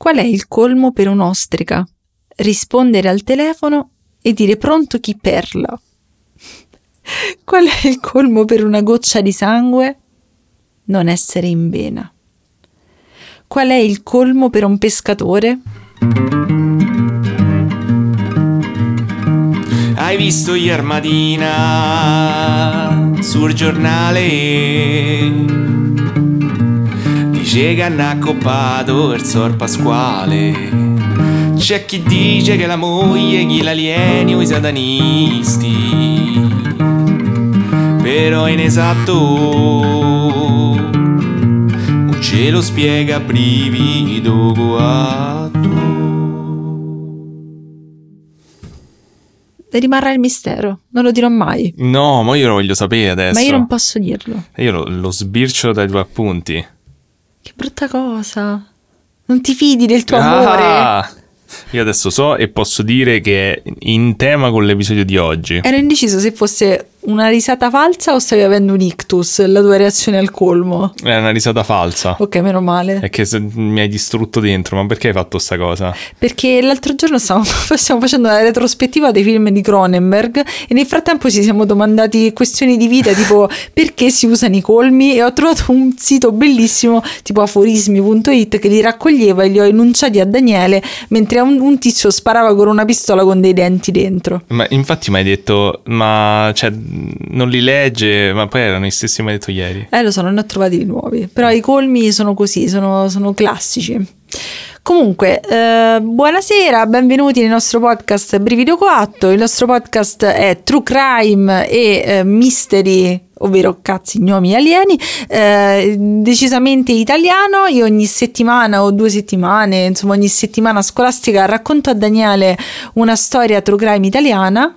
Qual è il colmo per un'ostrica? Rispondere al telefono e dire pronto chi perla. Qual è il colmo per una goccia di sangue? Non essere in vena. Qual è il colmo per un pescatore? Hai visto ieri mattina sul giornale? Dice che hanno accoppato il Sor Pasquale. C'è chi dice che la moglie gli l'alieni o i satanisti, però è inesatto, non ce lo spiega brivido coatto. Rimarrà il mistero, non lo dirò mai. No, ma io lo voglio sapere adesso. Ma io non posso dirlo. Io lo sbircio dai tuoi appunti. Che brutta cosa. Non ti fidi del tuo amore. Io adesso so e posso dire che è in tema con l'episodio di oggi. Ero indeciso se fosse una risata falsa o stavi avendo un ictus, la tua reazione al colmo. È una risata falsa. Ok, meno male. È che mi hai distrutto dentro, ma perché hai fatto sta cosa? Perché l'altro giorno stiamo facendo una retrospettiva dei film di Cronenberg e nel frattempo ci siamo domandati questioni di vita tipo perché si usano i colmi, e ho trovato un sito bellissimo tipo aforismi.it che li raccoglieva e li ho enunciati a Daniele mentre un tizio sparava con una pistola con dei denti dentro. Ma infatti mi hai detto, ma cioè non li legge, ma poi erano gli stessi che mi hai detto ieri. Lo so, non ne ho trovati di nuovi, però i colmi sono così, sono classici. Comunque, buonasera, benvenuti nel nostro podcast Brivido Coatto. Il nostro podcast è True Crime e Mystery, ovvero cazzi, gnomi, alieni, decisamente italiano. Io ogni settimana o 2 settimane, insomma ogni settimana scolastica, racconto a Daniele una storia true crime italiana.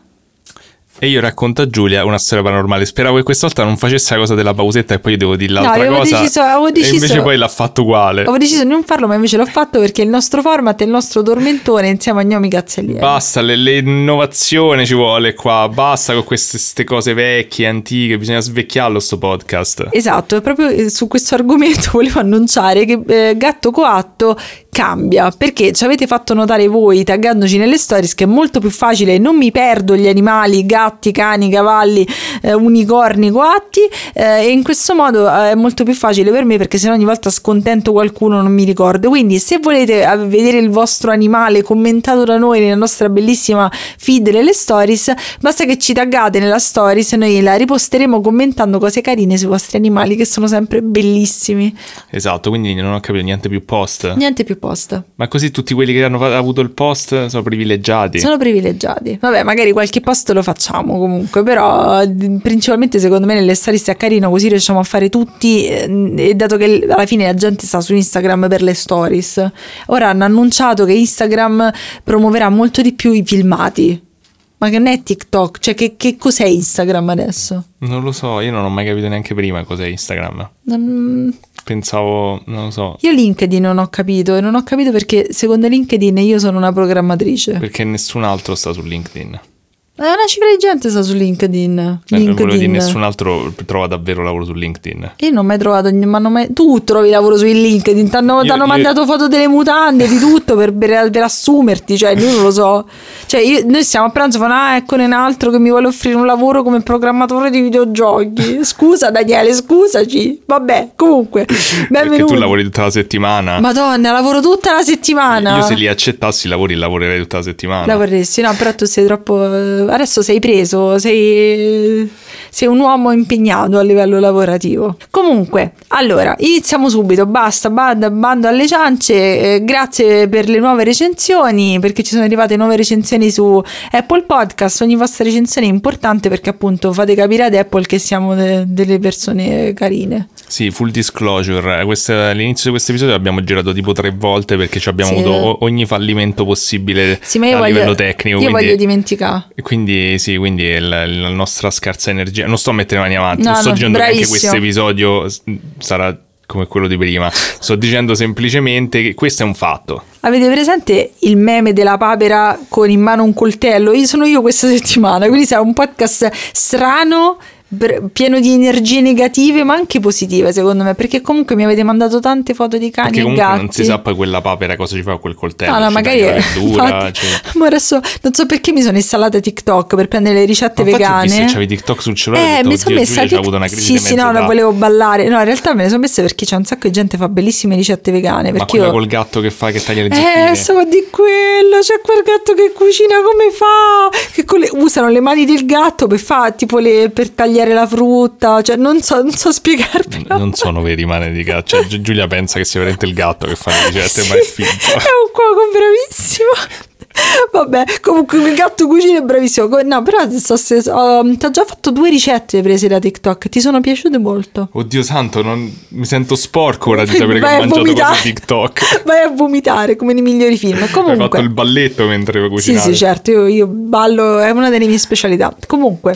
E io racconto a Giulia una storia paranormale. Speravo che questa volta non facesse la cosa della pausetta e poi io devo dire l'altra cosa. Avevo deciso, e invece poi l'ha fatto uguale. Avevo deciso di non farlo, ma invece l'ho fatto perché il nostro format è il nostro tormentone insieme a gnomi, cazzi e alieni. Basta, l'innovazione ci vuole qua. Basta con queste cose vecchie, antiche. Bisogna svecchiarlo sto podcast. Esatto, e proprio su questo argomento volevo annunciare che Gatto Coatto cambia, perché ci avete fatto notare voi taggandoci nelle stories che è molto più facile, non mi perdo gli animali, gatti, cani, cavalli, unicorni, coatti, e in questo modo è molto più facile per me perché sennò ogni volta scontento qualcuno, non mi ricordo. Quindi se volete vedere il vostro animale commentato da noi nella nostra bellissima feed delle stories, basta che ci taggate nella stories e noi la riposteremo commentando cose carine sui vostri animali che sono sempre bellissimi. Esatto, quindi non ho capito niente più post. Niente più post. Ma così tutti quelli che hanno avuto il post sono privilegiati? Sono privilegiati. Vabbè, magari qualche post lo facciamo comunque, però principalmente secondo me nelle stories è carino, così riusciamo a fare tutti, e dato che alla fine la gente sta su Instagram per le stories, ora hanno annunciato che Instagram promuoverà molto di più i filmati. Ma che non è TikTok? Cioè che cos'è Instagram adesso? Non lo so, io non ho mai capito neanche prima cos'è Instagram. Pensavo, non lo so. Io LinkedIn non ho capito, e non ho capito perché secondo LinkedIn io sono una programmatrice. Perché nessun altro sta su LinkedIn. Una cifra di gente sta su LinkedIn. Volevo dire, nessun altro trova davvero lavoro su LinkedIn. Io non ho mai trovato, tu trovi lavoro su LinkedIn, t'hanno mandato foto delle mutande, di tutto per assumerti, cioè io non lo so. Cioè noi stiamo a pranzo, fanno eccone un altro che mi vuole offrire un lavoro come programmatore di videogiochi. Scusa Daniele, scusaci. Vabbè, comunque, benvenuto. Perché tu lavori tutta la settimana. Madonna, lavoro tutta la settimana. Io se li accettassi lavorerei tutta la settimana. Lavoreresti, no, però tu sei troppo... Adesso sei preso, sei un uomo impegnato a livello lavorativo. Comunque, allora, iniziamo subito, basta, bando alle ciance, grazie per le nuove recensioni, perché ci sono arrivate nuove recensioni su Apple Podcast. Ogni vostra recensione è importante perché appunto fate capire ad Apple che siamo delle persone carine. Sì, full disclosure, all'inizio di questo episodio abbiamo girato tipo 3 volte perché ci abbiamo avuto ogni fallimento possibile a livello tecnico. Io voglio dimenticare. Quindi è la nostra scarsa energia. Non sto a mettere mani avanti, non sto dicendo bravissimo. che anche questo episodio sarà come quello di prima. Sto dicendo semplicemente che questo è un fatto. Avete presente il meme della papera con in mano un coltello? Sono io questa settimana, quindi sarà un podcast strano, pieno di energie negative ma anche positive secondo me, perché comunque mi avete mandato tante foto di cani perché e comunque gatti. non si sa poi quella papera cosa ci fa con quel coltello. No, magari è dura. Infatti, ma adesso non so perché mi sono installata TikTok per prendere le ricette vegane. Infatti, se c'avevi TikTok sul cellulare, mi sono messa Giulia, c'ha avuto una crisi sì, di sì, mezza no, età. non volevo ballare. No, in realtà me ne sono messa perché c'è un sacco di gente che fa bellissime ricette vegane. Ma Perché quella io... col gatto che taglia le zucchine. So di quello, c'è quel gatto che cucina come fa? Che usano le mani del gatto per fare tipo per tagliare la frutta, cioè non so spiegarvi. Non sono veri mani di gatto, cioè Giulia pensa che sia veramente il gatto che fa le ricette, Sì, ma è finto. È un cuoco bravissimo. Vabbè, comunque il gatto cucina è bravissimo. No, però ti ho già fatto 2 ricette prese da TikTok. Ti sono piaciute molto. Oddio santo, mi sento sporco ora di sapere che Vai ho a mangiato vomitare. cose TikTok. Vai a vomitare come nei migliori film. Comunque, Hai fatto il balletto mentre cucinavi. Sì, certo, io ballo, è una delle mie specialità. Comunque,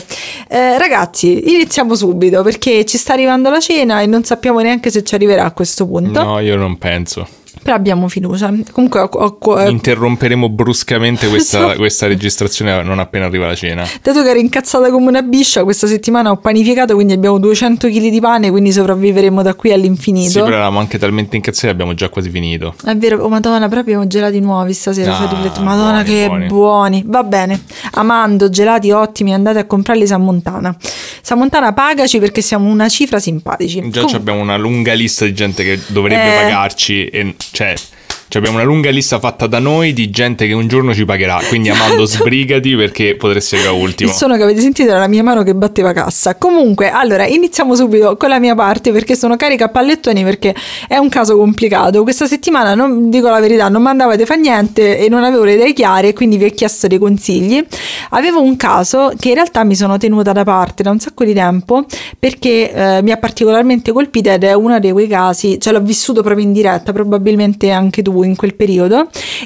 ragazzi, iniziamo subito perché ci sta arrivando la cena e non sappiamo neanche se ci arriverà a questo punto. No, io non penso. Però abbiamo fiducia. Comunque interromperemo bruscamente questa registrazione non appena arriva la cena. Dato che ero incazzata come una biscia, questa settimana ho panificato, quindi abbiamo 200 kg di pane, quindi sopravviveremo da qui all'infinito. Sì, però eravamo anche talmente incazzati che abbiamo già quasi finito. È vero, oh madonna, però abbiamo gelati nuovi stasera, cioè, rifletto, madonna buoni, che buoni. Va bene, amando, gelati ottimi, andate a comprarli San Montana. San Montana, pagaci perché siamo una cifra simpatici. Già abbiamo una lunga lista di gente che dovrebbe pagarci e cioè abbiamo una lunga lista fatta da noi di gente che un giorno ci pagherà, quindi Amando sbrigati perché potresti arrivare ultimo. Il suono che avete sentito era la mia mano che batteva cassa. Comunque, allora, iniziamo subito con la mia parte perché sono carica a pallettoni perché è un caso complicato. Questa settimana, non dico la verità, non mandavate fa niente e non avevo le idee chiare, quindi vi ho chiesto dei consigli. Avevo un caso che in realtà mi sono tenuta da parte da un sacco di tempo perché mi ha particolarmente colpita ed è uno di quei casi, cioè l'ho vissuto proprio in diretta, probabilmente anche tu in quel periodo,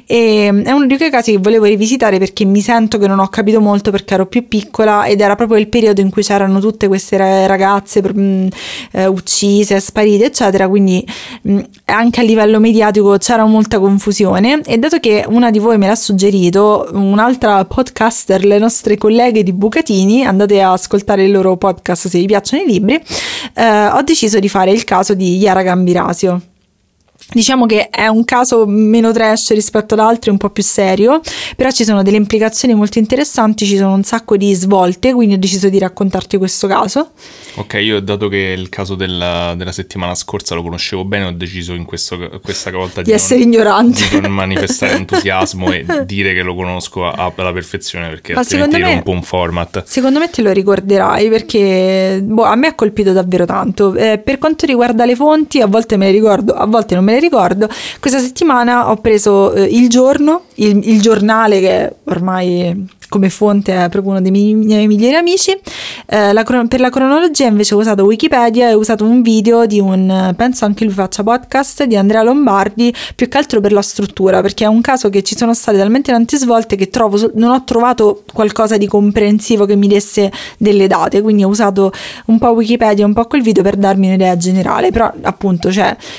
e è uno di quei casi che volevo rivisitare perché mi sento che non ho capito molto perché ero più piccola ed era proprio il periodo in cui c'erano tutte queste ragazze uccise, sparite eccetera, quindi anche a livello mediatico c'era molta confusione e dato che una di voi me l'ha suggerito, un'altra podcaster, le nostre colleghe di Bucatini, andate a ascoltare il loro podcast se vi piacciono i libri, ho deciso di fare il caso di Yara Gambirasio. Diciamo che è un caso meno trash rispetto ad altri, un po' più serio, però ci sono delle implicazioni molto interessanti, ci sono un sacco di svolte, quindi ho deciso di raccontarti questo caso. Ok, io dato che il caso della settimana scorsa lo conoscevo bene, ho deciso questa volta di essere ignorante, di non manifestare entusiasmo e dire che lo conosco alla perfezione, perché ma altrimenti era un po' un format. Secondo me te lo ricorderai perché a me ha colpito davvero tanto. Per quanto riguarda le fonti, a volte me le ricordo, a volte non me le ricordo. Questa settimana ho preso Il Giorno, il giornale che ormai come fonte è proprio uno dei miei migliori amici. Per la cronologia invece ho usato Wikipedia e ho usato un video di penso anche lui faccia podcast, di Andrea Lombardi, più che altro per la struttura, perché è un caso che ci sono state talmente tante svolte che non ho trovato qualcosa di comprensivo che mi desse delle date, quindi ho usato un po' Wikipedia, un po' quel video per darmi un'idea generale, però appunto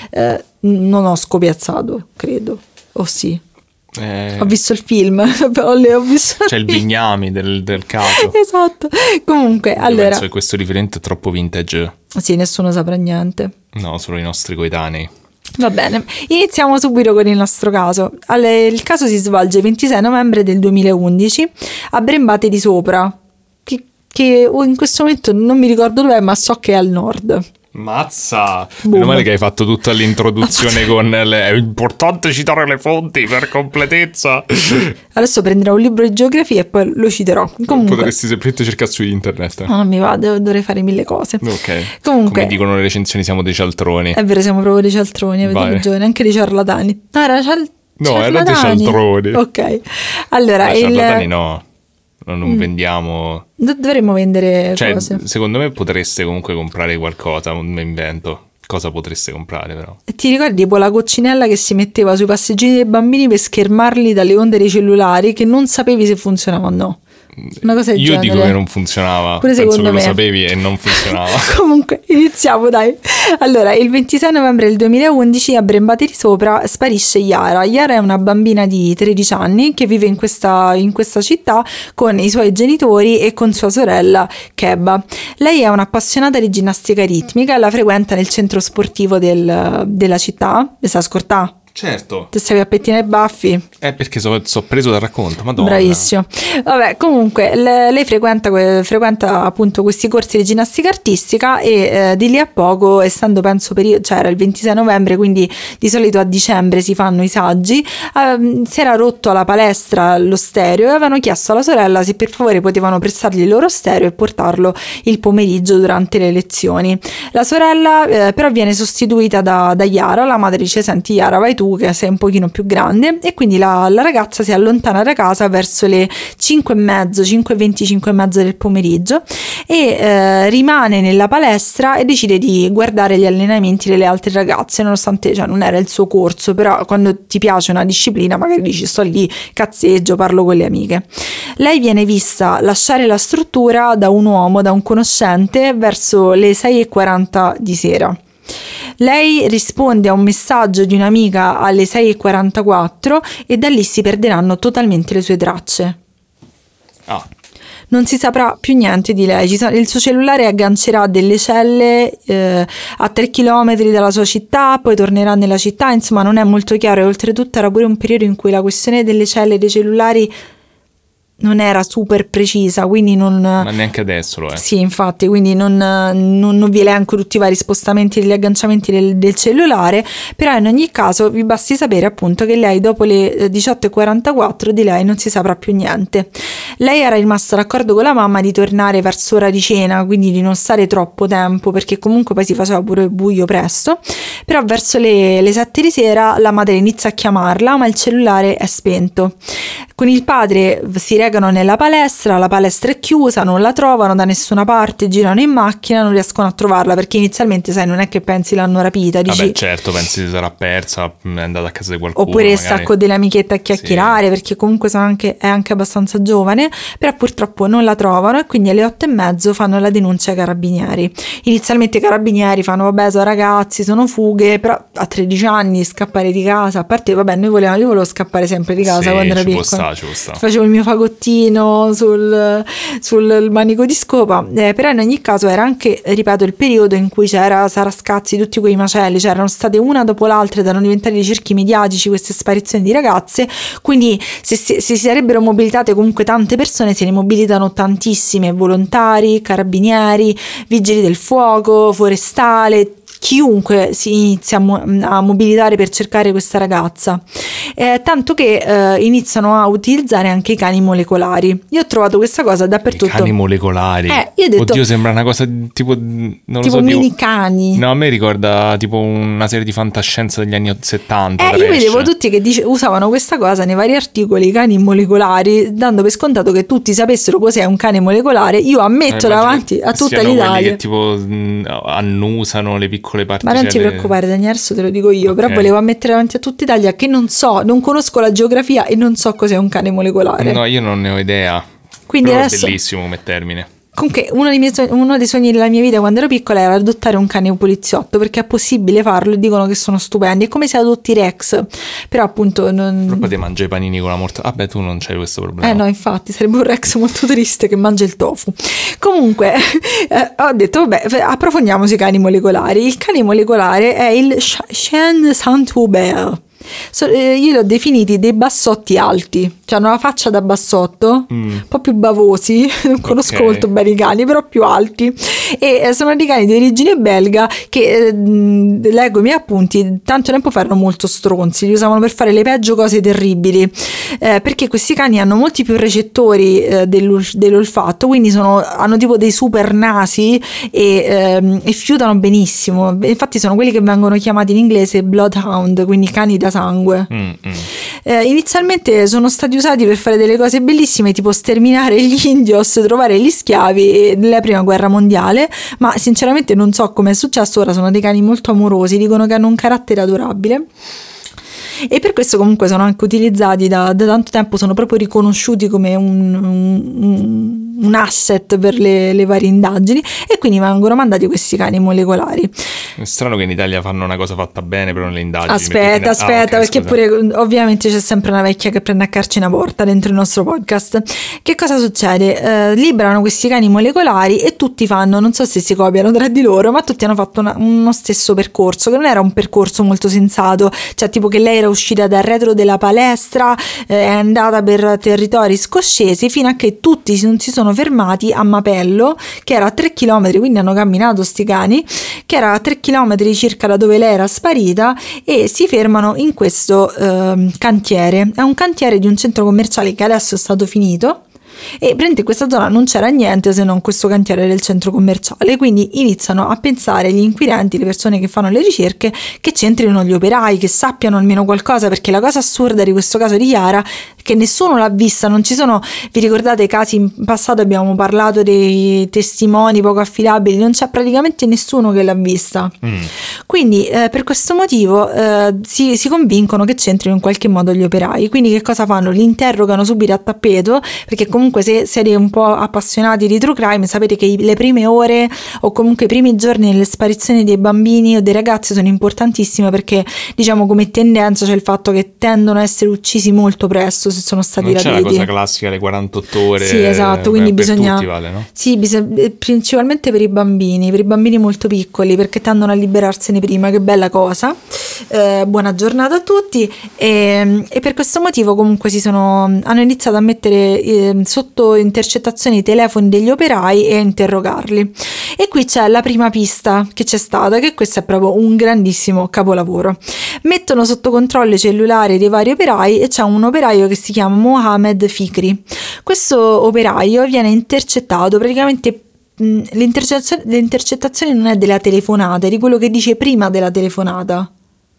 non ho scopiazzato, credo, o sì. Ho visto il film, ho visto c'è il Bignami del caso. Esatto. Comunque, io allora penso che questo riferimento è troppo vintage. Sì, nessuno saprà niente. No, solo i nostri coetanei. Va bene, iniziamo subito con il nostro caso. Il caso si svolge il 26 novembre del 2011 a Brembate di Sopra, che in questo momento non mi ricordo dov'è, ma so che è al nord. Mazza! Meno male che hai fatto tutta l'introduzione con è importante citare le fonti per completezza. Adesso prenderò un libro di geografia e poi lo citerò. Comunque potresti semplicemente cercare su internet. No, non mi va, dovrei fare 1000 cose. Ok. Comunque, come dicono le recensioni, siamo dei cialtroni. È vero, siamo proprio dei cialtroni, avete ragione, anche dei ciarlatani. No, era dei cialtroni. Ok. Allora, ciarlatani no. Non vendiamo. Dovremmo vendere cose. Secondo me potreste comunque comprare qualcosa, un invento. Cosa potreste comprare però? E ti ricordi tipo la coccinella che si metteva sui passeggini dei bambini per schermarli dalle onde dei cellulari che non sapevi se funzionava o no? Una cosa del Io genere. dico che non funzionava. Pure Penso secondo che me. lo sapevi e non funzionava. Comunque, iniziamo, dai. Allora, il 26 novembre del 2011 a Brembati di Sopra sparisce Yara. Yara è una bambina di 13 anni che vive in questa città con i suoi genitori e con sua sorella Keba. Lei è un'appassionata di ginnastica ritmica e la frequenta nel centro sportivo della città. Le sa scortà? Certo. Ti stavi a pettinare i baffi? Perché so preso dal racconto, madonna. Bravissimo. Vabbè, comunque lei frequenta appunto questi corsi di ginnastica artistica e di lì a poco, essendo penso cioè era il 26 novembre, quindi di solito a dicembre si fanno i saggi, si era rotto alla palestra lo stereo e avevano chiesto alla sorella se per favore potevano prestargli il loro stereo e portarlo il pomeriggio durante le lezioni. La sorella però viene sostituita da Yara. La madre dice: senti Yara, vai tu che sei un pochino più grande, e quindi la ragazza si allontana da casa verso le 5:30, 5:25 del pomeriggio e rimane nella palestra e decide di guardare gli allenamenti delle altre ragazze, nonostante non era il suo corso, però quando ti piace una disciplina magari dici sto lì, cazzeggio, parlo con le amiche. Lei viene vista lasciare la struttura da un uomo, da un conoscente, verso le 6:40 di sera. Lei risponde a un messaggio di un'amica alle 6:44 e da lì si perderanno totalmente le sue tracce. Non si saprà più niente di lei. Il suo cellulare aggancerà delle celle a 3 chilometri dalla sua città, poi tornerà nella città, insomma non è molto chiaro, e oltretutto era pure un periodo in cui la questione delle celle dei cellulari non era super precisa, quindi non... Ma neanche adesso lo è. Sì, infatti, quindi non vi elenco tutti i vari spostamenti degli agganciamenti del cellulare, però in ogni caso vi basti sapere appunto che lei dopo le 18:44 di lei non si saprà più niente. Lei era rimasta d'accordo con la mamma di tornare verso ora di cena, quindi di non stare troppo tempo, perché comunque poi si faceva pure buio presto, però verso le 7 di sera la madre inizia a chiamarla, ma il cellulare è spento. Con il padre si recano nella palestra, la palestra è chiusa, non la trovano da nessuna parte, girano in macchina, non riescono a trovarla, perché inizialmente sai non è che pensi l'hanno rapita, dici... Vabbè, certo, pensi si sarà persa, è andata a casa di qualcuno oppure magari. sta con delle amichette a chiacchierare, sì, perché comunque è anche abbastanza giovane, però purtroppo non la trovano e quindi alle 8:30 fanno la denuncia ai carabinieri. Inizialmente i carabinieri fanno vabbè, sono ragazzi, sono fughe, però a 13 anni scappare di casa, a parte vabbè io volevo scappare sempre di casa, sì, quando ero piccola. Ci può sta. Facevo il mio fagottino sul manico di scopa, però in ogni caso era anche, ripeto, il periodo in cui c'era Sarascazzi, tutti quei macelli, c'erano state una dopo l'altra ed erano diventati dei cerchi mediatici queste sparizioni di ragazze, quindi se si sarebbero mobilitate comunque tante persone, se ne mobilitano tantissime, volontari, carabinieri, vigili del fuoco, forestale, chiunque si inizia a mobilitare per cercare questa ragazza, tanto che iniziano a utilizzare anche i cani molecolari. Io ho trovato questa cosa dappertutto. I cani molecolari? Io ho detto, oddio, sembra una cosa tipo non lo tipo so, mini cani. No, a me ricorda tipo una serie di fantascienza degli anni 70. Io vedevo tutti che usavano questa cosa nei vari articoli, i cani molecolari, dando per scontato che tutti sapessero cos'è un cane molecolare. Io ammetto davanti a tutta l'Italia, quelli che tipo annusano le piccole particelle. Ma non ti preoccupare Daniele, adesso te lo dico io, okay. Però volevo ammettere davanti a tutta Italia che non conosco la geografia e non so cos'è un cane molecolare. No, io non ne ho idea. Quindi però adesso... è bellissimo come termine. Comunque uno dei sogni della mia vita quando ero piccola era adottare un cane poliziotto, perché è possibile farlo e dicono che sono stupendi, è come se adotti Rex, però appunto non... Però poi ti mangi i panini con la mortadella. Vabbè, tu non c'hai questo problema. No, infatti sarebbe un Rex molto triste che mangia il tofu. Comunque ho detto vabbè, approfondiamo sui cani molecolari. Il cane molecolare è il Chien Saint-Hubert. Io li ho definiti dei bassotti alti, cioè hanno una faccia da bassotto, un po' più bavosi, non conosco molto bene i cani, però più alti, e sono dei cani di origine belga che leggo i miei appunti, tanto tempo fa erano molto stronzi, li usavano per fare le peggio cose terribili, perché questi cani hanno molti più recettori dell'olfatto, quindi hanno tipo dei super nasi e fiutano benissimo, infatti sono quelli che vengono chiamati in inglese bloodhound, quindi cani da sangue. Inizialmente sono stati usati per fare delle cose bellissime, tipo sterminare gli indios, trovare gli schiavi nella prima guerra mondiale, ma sinceramente non so come è successo. Ora sono dei cani molto amorosi, dicono che hanno un carattere adorabile. E per questo comunque sono anche utilizzati da tanto tempo, sono proprio riconosciuti come un asset per le varie indagini, e quindi vengono mandati questi cani molecolari. È strano che in Italia fanno una cosa fatta bene però nelle indagini. Aspetta, okay, perché scusa. pure ovviamente c'è sempre una vecchia che prende a carcina porta dentro il nostro podcast. Che cosa succede? Liberano questi cani molecolari e tutti fanno, non so se si copiano tra di loro, ma tutti hanno fatto uno stesso percorso, che non era un percorso molto sensato, cioè tipo che lei era uscita dal retro della palestra, è andata per territori scoscesi, fino a che tutti non si sono fermati a Mapello, che era a 3 km, quindi hanno camminato sti cani, che era a 3 km circa da dove lei era sparita, e si fermano in questo cantiere. È un cantiere di un centro commerciale che adesso è stato finito, e in questa zona non c'era niente se non questo cantiere del centro commerciale, quindi iniziano a pensare gli inquirenti, le persone che fanno le ricerche, che c'entrino gli operai, che sappiano almeno qualcosa, perché la cosa assurda di questo caso di Chiara è che nessuno l'ha vista, non ci sono, vi ricordate i casi in passato, abbiamo parlato dei testimoni poco affidabili, non c'è praticamente nessuno che l'ha vista, quindi per questo motivo si convincono che c'entrino in qualche modo gli operai. Quindi che cosa fanno? Li interrogano subito a tappeto, perché comunque se siete un po' appassionati di true crime sapete che le prime ore o comunque i primi giorni delle sparizioni dei bambini o dei ragazzi sono importantissime, perché diciamo come tendenza c'è il fatto che tendono a essere uccisi molto presto se sono stati rapiti. Non c'è la cosa classica, le 48 ore. Sì, esatto, quindi bisogna tutti, vale, no? Sì, principalmente per i bambini molto piccoli, perché tendono a liberarsene prima. Che bella cosa. Buona giornata a tutti. E per questo motivo comunque hanno iniziato a mettere sotto intercettazione i telefoni degli operai e a interrogarli. E qui c'è la prima pista che c'è stata, che questo è proprio un grandissimo capolavoro. Mettono sotto controllo i cellulari dei vari operai e c'è un operaio che si chiama Mohamed Fikri. Questo operaio viene intercettato praticamente. L'intercettazione non è della telefonata, è di quello che dice prima della telefonata.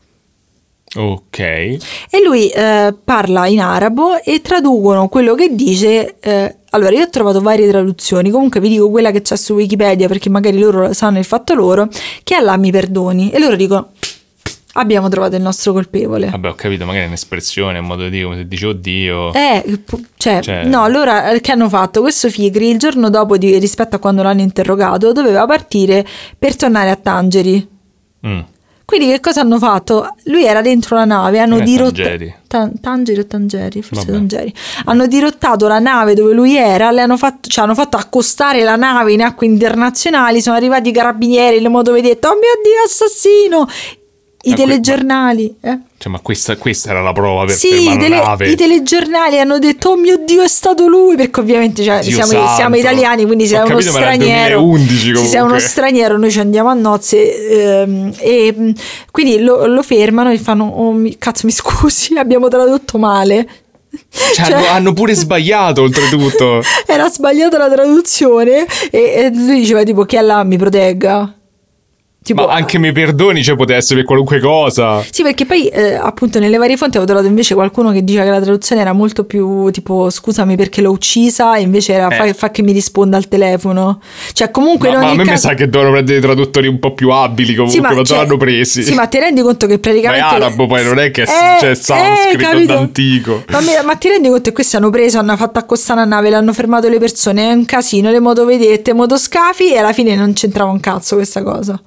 Ok. E lui parla in arabo e traducono quello che dice. Allora, io ho trovato varie traduzioni, comunque vi dico quella che c'è su Wikipedia, perché magari loro sanno il fatto loro, che Allah mi perdoni, e loro dicono: abbiamo trovato il nostro colpevole. Vabbè, ho capito, magari è un'espressione, un modo di dire, come se dice oddio. Cioè, no, allora che hanno fatto? Questo Fikri il giorno dopo rispetto a quando l'hanno interrogato doveva partire per tornare a Tangeri. Quindi che cosa hanno fatto? Lui era dentro la nave, hanno dirottato Tangeri o Tangeri, forse Tangeri. Hanno dirottato la nave dove lui era, hanno fatto accostare la nave in acque internazionali, sono arrivati i carabinieri, le motovedette, oh mio Dio, assassino! I telegiornali, Cioè, ma questa era la prova per fermare la nave. I telegiornali hanno detto: oh mio Dio, è stato lui, perché ovviamente siamo italiani, quindi se è uno straniero, 2011, se sei uno straniero noi ci andiamo a nozze, e quindi lo fermano e fanno: oh cazzo, mi scusi, abbiamo tradotto male. Cioè, hanno pure sbagliato, oltretutto. Era sbagliata la traduzione, e lui diceva tipo: che Allah mi protegga. Tipo, ma anche mi perdoni, cioè poteva essere per qualunque cosa. Sì, perché poi appunto nelle varie fonti avevo trovato invece qualcuno che diceva che la traduzione era molto più tipo scusami perché l'ho uccisa, e invece era fa che mi risponda al telefono. Cioè comunque ma a me mi sa che devono prendere traduttori un po' più abili, comunque, non ce l'hanno presi. Sì, ma ti rendi conto che praticamente ma è arabo, poi non è che c'è sanscrito d'antico. Ma ti rendi conto che questi hanno preso, hanno fatto accostare la nave, l'hanno fermato le persone, è un casino, le motovedette, motoscafi, e alla fine non c'entrava un cazzo questa cosa.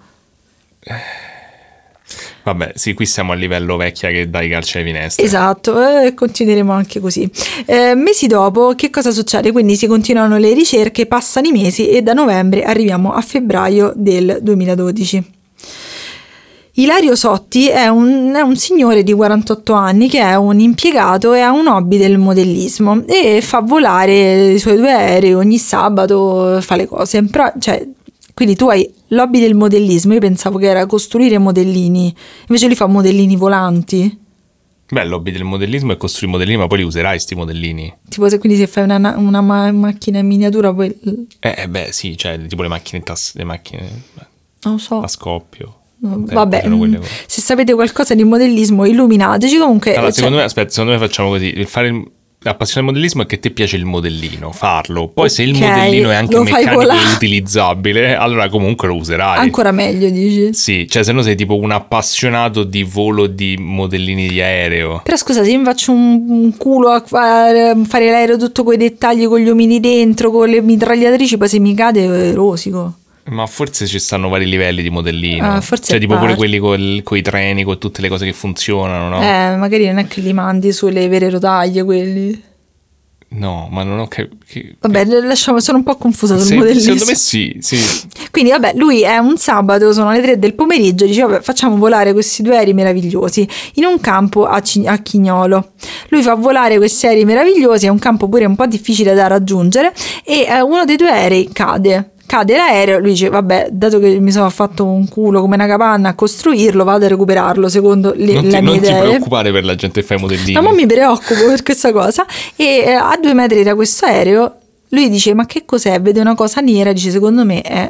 Vabbè, sì, qui siamo a livello vecchia che dai calci ai finestre. Esatto, continueremo anche così. Mesi dopo, che cosa succede? Quindi si continuano le ricerche, passano i mesi e da novembre arriviamo a febbraio del 2012. Ilario Sotti è un signore di 48 anni che è un impiegato e ha un hobby del modellismo e fa volare i suoi 2 aerei ogni sabato, fa le cose. Però, cioè, quindi tu hai l'hobby del modellismo, io pensavo che era costruire modellini, invece lui fa modellini volanti. Beh, l'hobby del modellismo è costruire modellini, ma poi li userai sti modellini. Tipo quindi se fai una macchina in miniatura poi... beh sì, cioè tipo le macchine non lo so. a scoppio. Vabbè, se sapete qualcosa di modellismo illuminateci. Comunque allora, secondo me facciamo così, il fare appassiona il modellismo è che te piace il modellino, farlo. Poi se il Ok, modellino è anche lo fai meccanico volare. e utilizzabile, allora comunque lo userai. Ancora meglio, dici? Sì, cioè se no sei tipo un appassionato di volo di modellini di aereo. Però scusa, se io mi faccio un culo a fare l'aereo tutto con i dettagli, con gli omini dentro, con le mitragliatrici, poi se mi cade rosico. Ma forse ci stanno vari livelli di modellino. Forse cioè è tipo pure parte. quelli con i treni, con tutte le cose che funzionano, no? Magari non è che li mandi sulle vere rotaie quelli. No, ma non ho capito. Vabbè, lasciamo, sono un po' confusa sul modellismo. Secondo me sì. Quindi vabbè, lui è un sabato, sono le 3 del pomeriggio, dice vabbè, facciamo volare questi 2 aerei meravigliosi in un campo a Chignolo. Lui fa volare questi aerei meravigliosi, è un campo pure un po' difficile da raggiungere, e uno dei 2 aerei cade l'aereo. Lui dice vabbè, dato che mi sono fatto un culo come una capanna a costruirlo, vado a recuperarlo secondo le mie idee. Non ti preoccupare per la gente che fa i modellini. No, ma mi preoccupo per questa cosa. E a 2 metri da questo aereo lui dice ma che cos'è? Vede una cosa nera, dice secondo me è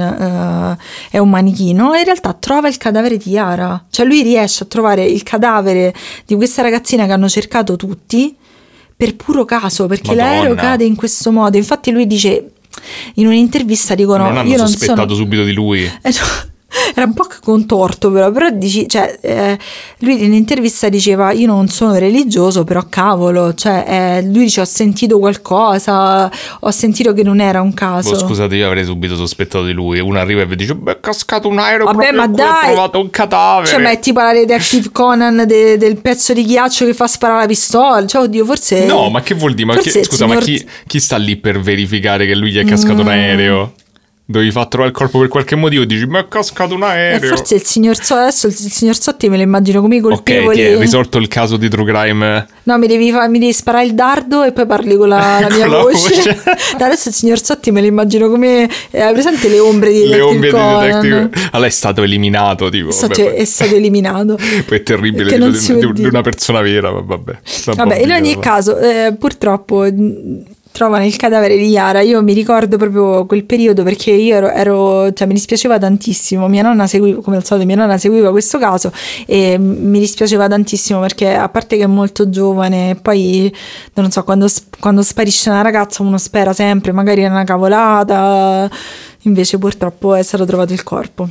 un manichino, e in realtà trova il cadavere di Yara. Cioè lui riesce a trovare il cadavere di questa ragazzina che hanno cercato tutti per puro caso, perché Madonna. l'aereo cade in questo modo. Infatti lui dice, in un'intervista dicono, non hanno io non sospettato sono... subito di lui. Era un po' contorto, però dici, cioè, lui in un'intervista diceva io non sono religioso, però cavolo, cioè, lui dice ho sentito qualcosa, ho sentito che non era un caso. Scusate, io avrei subito sospettato di lui. Uno arriva e vi dice beh, è cascato un aereo, Vabbè, proprio ma qui, ho dai, trovato un cadavere. cioè, ma è tipo la Detective Conan del pezzo di ghiaccio che fa sparare la pistola. Cioè, oddio, forse... No, ma che vuol dire? Ma scusa, ma chi sta lì per verificare che lui gli è cascato un aereo? Dovevi far trovare il corpo per qualche motivo e dici ma è cascato un aereo. E forse il signor Sotti, adesso il signor Sotti me lo immagino come i colpevoli. Ok, ti è risolto il caso di True Crime. No, mi devi sparare il dardo e poi parli con la mia voce. Adesso il signor Sotti me lo immagino come presente le ombre di Detective. Allora è stato eliminato, tipo. È stato eliminato. Poi è terribile di una persona vera, vabbè. Vabbè, in ogni caso, purtroppo trovano il cadavere di Yara. Io mi ricordo proprio quel periodo perché io ero cioè mi dispiaceva tantissimo. Mia nonna seguiva, come al solito, questo caso e mi dispiaceva tantissimo perché a parte che è molto giovane, poi non so, quando sparisce una ragazza uno spera sempre, magari è una cavolata, invece purtroppo è stato trovato il corpo.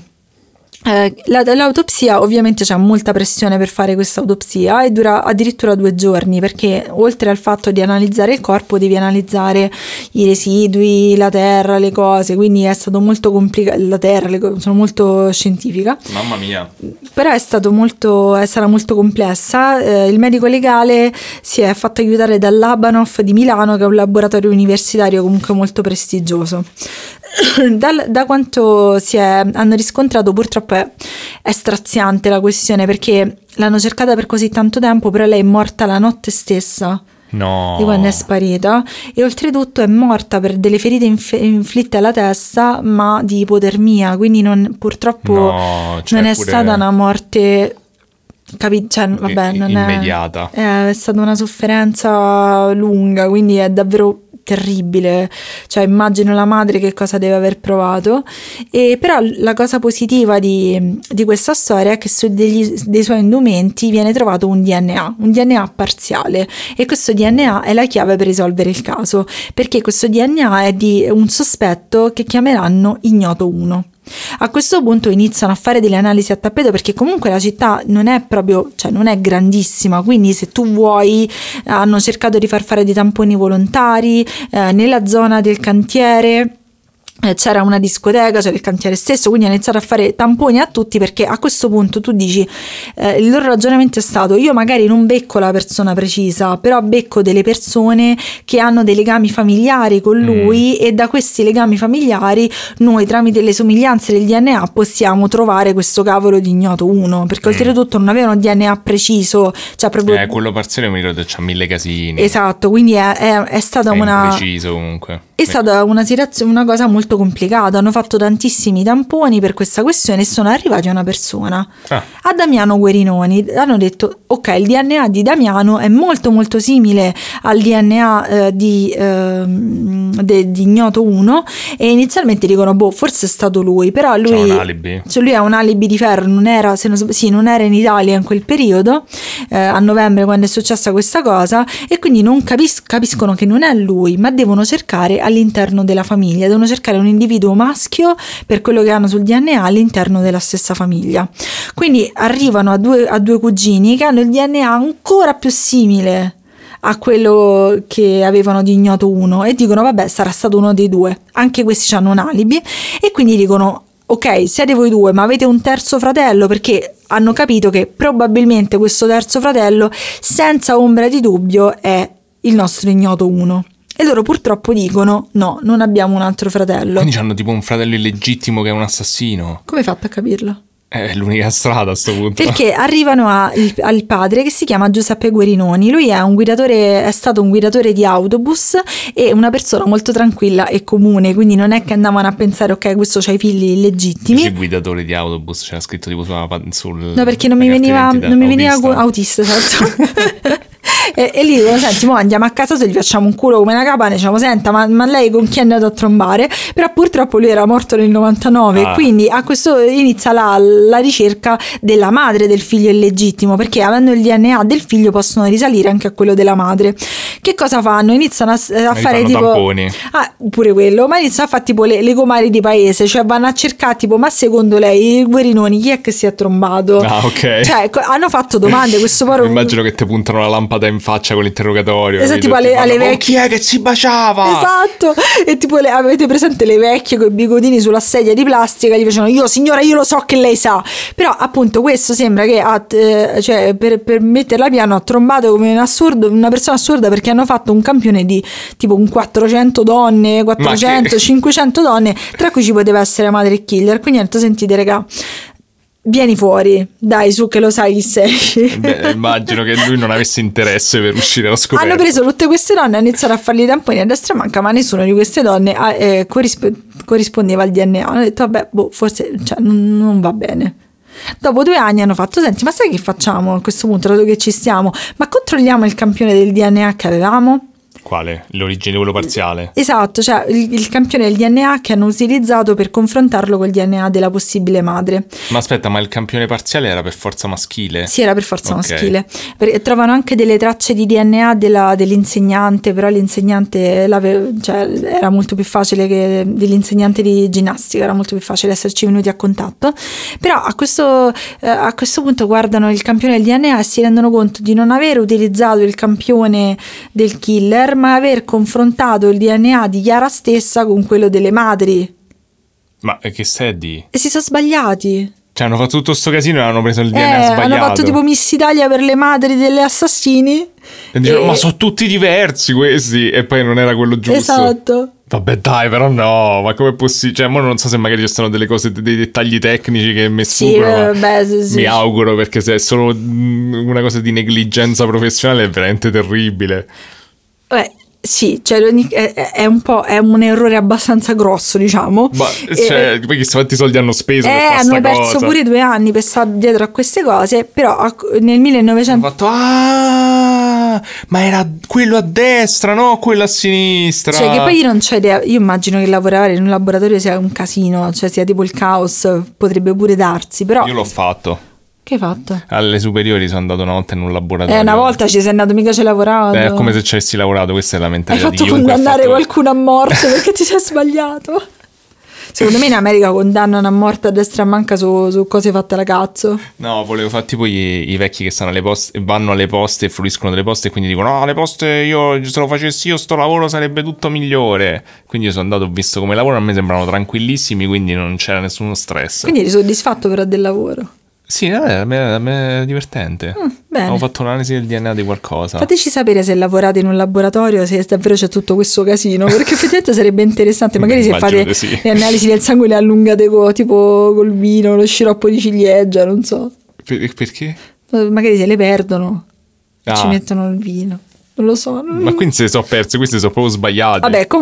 L'autopsia, ovviamente c'è molta pressione per fare questa autopsia e dura addirittura 2 giorni, perché oltre al fatto di analizzare il corpo devi analizzare i residui, la terra, le cose, quindi è stato molto complicato. La terra, sono molto scientifica, mamma mia, però è stata molto complessa. Il medico legale si è fatto aiutare dall'Abanov di Milano, che è un laboratorio universitario comunque molto prestigioso. Da quanto hanno riscontrato, purtroppo è straziante la questione, perché l'hanno cercata per così tanto tempo, però lei è morta la notte stessa di quando è sparita, e oltretutto è morta per delle ferite inflitte alla testa, ma di ipotermia, quindi purtroppo non è stata una morte non immediata, è stata una sofferenza lunga, quindi è davvero terribile, cioè immagino la madre che cosa deve aver provato. E però la cosa positiva di questa storia è che su dei suoi indumenti viene trovato un DNA parziale, e questo DNA è la chiave per risolvere il caso, perché questo DNA è di un sospetto che chiameranno Ignoto 1. A questo punto iniziano a fare delle analisi a tappeto, perché comunque la città non è proprio, cioè non è grandissima, quindi se tu vuoi hanno cercato di far fare dei tamponi volontari nella zona del cantiere. C'era una discoteca, c'era il cantiere stesso, quindi hanno iniziato a fare tamponi a tutti, perché a questo punto tu dici, il loro ragionamento è stato: io magari non becco la persona precisa, però becco delle persone che hanno dei legami familiari con lui, e da questi legami familiari noi tramite le somiglianze del DNA possiamo trovare questo cavolo di Ignoto 1, perché oltretutto non avevano DNA preciso, cioè proprio quello parziale mi ricordo c'ha 1000 casini. Esatto, quindi è stata impreciso comunque. È stata una cosa molto complicata, hanno fatto tantissimi tamponi per questa questione e sono arrivati a una persona, a Damiano Guerinoni. Hanno detto ok, il DNA di Damiano è molto molto simile al DNA di Ignoto 1, e inizialmente dicono forse è stato lui, però lui, c'ha un alibi. Cioè lui ha un alibi di ferro, non era in Italia in quel periodo, a novembre, quando è successa questa cosa, e quindi non capiscono che non è lui, ma devono cercare all'interno della famiglia, devono cercare un individuo maschio per quello che hanno sul DNA all'interno della stessa famiglia. Quindi arrivano a due cugini che hanno il DNA ancora più simile a quello che avevano di Ignoto 1 e dicono vabbè, sarà stato uno dei due. Anche questi hanno un alibi e quindi dicono ok, siete voi due, ma avete un terzo fratello, perché hanno capito che probabilmente questo terzo fratello senza ombra di dubbio è il nostro Ignoto 1. E loro purtroppo dicono no, non abbiamo un altro fratello. Quindi hanno tipo un fratello illegittimo che è un assassino. Come hai fatto a capirlo? È l'unica strada a sto punto. Perché arrivano al padre che si chiama Giuseppe Guerinoni. Lui è stato un guidatore di autobus e una persona molto tranquilla e comune, quindi non è che andavano a pensare ok, questo c'ha i figli illegittimi. Dice guidatore di autobus, c'era scritto tipo sul no, perché non mi veniva autista, esatto. E lì dicono senti, mo andiamo a casa, se gli facciamo un culo come una capra, diciamo senta ma lei con chi è andato a trombare? Però purtroppo lui era morto nel 99, quindi a questo inizia la ricerca della madre del figlio illegittimo, perché avendo il DNA del figlio possono risalire anche a quello della madre. Che cosa fanno? Iniziano a fare tipo tamponi. Pure quello, ma iniziano a fare tipo le comari di paese, cioè vanno a cercare tipo ma secondo lei il Guerinoni chi è che si è trombato? Ok. Cioè hanno fatto domande, questo poi immagino che ti puntano la lampada in faccia con l'interrogatorio. Esatto, tipo alle vecchie. Chi è che si baciava? Esatto. E tipo avete presente le vecchie con i bigodini sulla sedia di plastica, gli facevano io signora io lo so che lei sa. Però appunto questo sembra che cioè, per metterla piano ha trombato come una persona assurda, perché hanno fatto un campione di tipo un 400 donne, 500 donne, tra cui ci poteva essere Madre Killer. Quindi ho detto sentite raga, vieni fuori, dai su che lo sai chi sei. Beh, immagino che lui non avesse interesse per uscire alla scoperta. Hanno preso tutte queste donne, hanno iniziato a fargli i tamponi a destra e manca, ma nessuna di queste donne corrispondeva al DNA. Hanno detto vabbè, forse cioè, non va bene. Dopo 2 anni hanno fatto senti, ma sai che facciamo a questo punto, dato che ci stiamo, ma controlliamo il campione del DNA che avevamo? Quale? L'origine, quello parziale? Esatto, cioè il campione del DNA che hanno utilizzato per confrontarlo col DNA della possibile madre. Ma aspetta, ma il campione parziale era per forza maschile? Sì, era per forza maschile. Trovano anche delle tracce di DNA dell'insegnante, però l'insegnante era molto più facile che dell'insegnante di ginnastica, era molto più facile esserci venuti a contatto. Però a questo punto guardano il campione del DNA e si rendono conto di non aver utilizzato il campione del killer, ma aver confrontato il DNA di Chiara stessa con quello delle madri. Ma che sedi? E si sono sbagliati. Cioè hanno fatto tutto sto casino e hanno preso il DNA sbagliato. Hanno fatto tipo Miss Italia per le madri degli assassini. E dicevano ma sono tutti diversi questi. E poi non era quello giusto. Esatto. Vabbè dai, però no, ma com'è possibile? Cioè, mo non so se magari ci sono delle cose, dei dettagli tecnici che mi stupro, sì. Mi auguro, perché se è solo una cosa di negligenza professionale è veramente terribile. Sì, cioè è un errore abbastanza grosso, diciamo. Ma cioè, poi chissà quanti soldi hanno speso per fare hanno perso pure 2 anni per stare dietro a queste cose. Però nel 1900 hanno fatto ma era quello a destra, no? Quello a sinistra. Cioè che poi io non c'ho idea. Io immagino che lavorare in un laboratorio sia un casino, cioè sia tipo il caos, potrebbe pure darsi. Però io l'ho fatto. Che hai fatto? Alle superiori sono andato una volta in un laboratorio. Una volta ci sei andato, mica ci hai lavorato. È come se ci avessi lavorato, questa è la mentalità di chiunque. Hai fatto condannare qualcuno a morte perché ti sei sbagliato. Secondo me in America condannano a morte a destra e a manca su cose fatte alla cazzo. No, volevo fare tipo i vecchi che stanno alle poste, vanno alle poste e fruiscono delle poste e quindi dicono no, le poste io se lo facessi io sto lavoro sarebbe tutto migliore. Quindi io sono andato, ho visto come lavoro, a me sembrano tranquillissimi, quindi non c'era nessuno stress. Quindi eri soddisfatto però del lavoro? Sì, a me è divertente. Bene. Ho fatto un'analisi del DNA di qualcosa. Fateci sapere se lavorate in un laboratorio, se davvero c'è tutto questo casino, perché effettivamente sarebbe interessante. Magari se fate le analisi del sangue le allungate tipo col vino, lo sciroppo di ciliegia, non so. Perché? Magari se le perdono ci mettono il vino. Non lo so. Ma quindi se sono persi, questi sono proprio sbagliati. Vabbè, comunque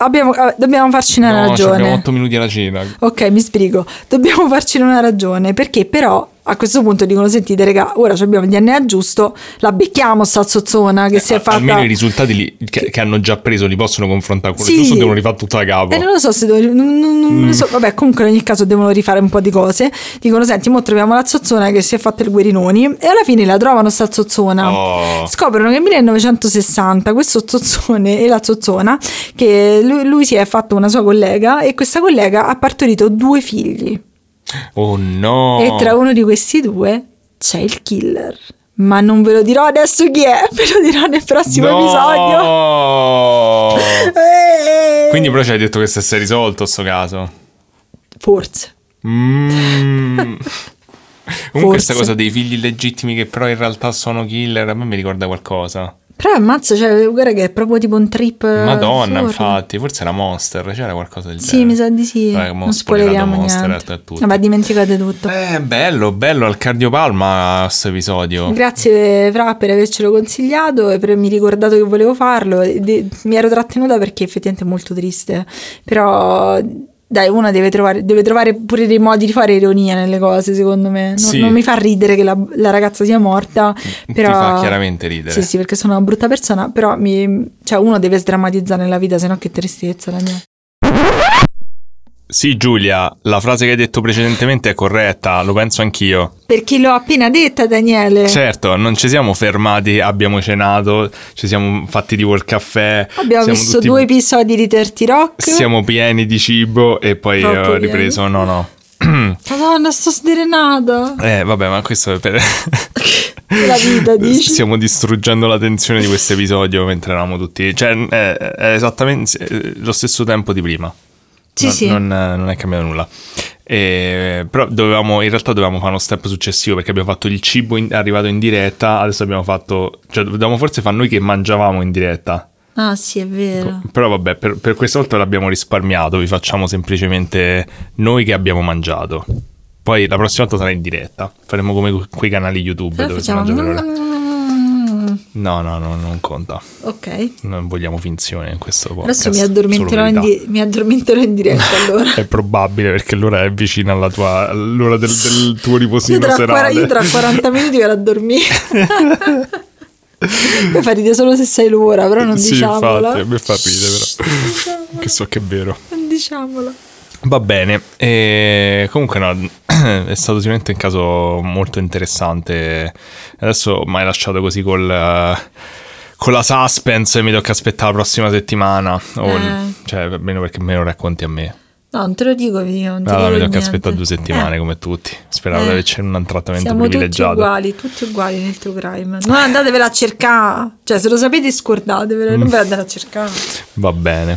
dobbiamo farcene una ragione. Abbiamo 8 minuti alla cena. Ok, mi spiego. Dobbiamo farcene una ragione, perché però a questo punto dicono: sentite raga, ora abbiamo il DNA giusto, la becchiamo sta zozzona che si è fatta. Almeno i risultati che hanno già preso li possono confrontare con quello giusto, devono rifare tutto da capo. Non lo so se non lo so. Vabbè, comunque in ogni caso devono rifare un po' di cose. Dicono: senti, mo troviamo la zozzona che si è fatta il guerinoni, e alla fine la trovano sta zozzona. Scoprono che nel 1960 questo zozzone e la zozzona, che lui si è fatto una sua collega, e questa collega ha partorito 2 figli. Oh no! E tra uno di questi 2 c'è il killer. Ma non ve lo dirò adesso chi è, ve lo dirò nel prossimo episodio. Quindi però ci hai detto che si è risolto sto caso? Forse. Comunque questa cosa dei figli illegittimi che però in realtà sono killer, a me mi ricorda qualcosa. Però ammazza, cioè, guarda che è proprio tipo un trip. Madonna, infatti, forse era Monster, c'era qualcosa del genere. Sì, mi sa di sì. Non spoileriamo niente. Vabbè, dimenticate tutto. Bello al cardiopalma questo episodio. Grazie Fra per avercelo consigliato e per avermi ricordato che volevo farlo. Mi ero trattenuta perché effettivamente è molto triste. Però dai, uno deve trovare pure dei modi di fare ironia nelle cose, secondo me. Non mi fa ridere che la ragazza sia morta, però ti fa chiaramente ridere. Sì, perché sono una brutta persona, però uno deve sdrammatizzare nella vita, sennò che tristezza la mia. Sì, Giulia, la frase che hai detto precedentemente è corretta, lo penso anch'io. Perché l'ho appena detta, Daniele. Certo, non ci siamo fermati, abbiamo cenato, ci siamo fatti tipo il caffè. Abbiamo visto 2 episodi di Dirty Rock. Siamo pieni di cibo e poi ho ripreso, no. Madonna, sto sdrenata. Vabbè, ma questo è per... la vita, dici? Stiamo distruggendo la tensione di questo episodio mentre eravamo tutti... Cioè, è esattamente lo stesso tempo di prima. Sì. Non è cambiato nulla. Però in realtà dovevamo fare uno step successivo, perché abbiamo fatto il cibo arrivato in diretta, adesso abbiamo fatto... Cioè, dovevamo forse fare noi che mangiavamo in diretta. Ah sì, è vero. Però vabbè, per questa volta l'abbiamo risparmiato, vi facciamo semplicemente noi che abbiamo mangiato. Poi la prossima volta sarà in diretta. Faremo come quei canali YouTube però dove si mangia per ore. No, non conta. Ok. Non vogliamo finzione in questo podcast. Adesso mi addormenterò in diretta allora. È probabile, perché l'ora è vicina all'ora del tuo riposino serale. Io tra 40 minuti vado a dormire. Mi fa ridere solo se sei l'ora, però non diciamola. Infatti, a me fa ridere però. Che so che è vero. Non diciamola. Va bene, comunque no, è stato sicuramente un caso molto interessante. Adesso mi hai lasciato così con la suspense e mi tocca aspettare la prossima settimana. Cioè, almeno perché me lo racconti a me. No, non te lo dico io. Allora mi tocca aspettare 2 settimane come tutti. Speravo di averci un trattamento privilegiato. Siamo tutti uguali nel True Crime. Non andatevela a cercare. Cioè, se lo sapete scordatevelo, non ve la andare a cercare. Va bene.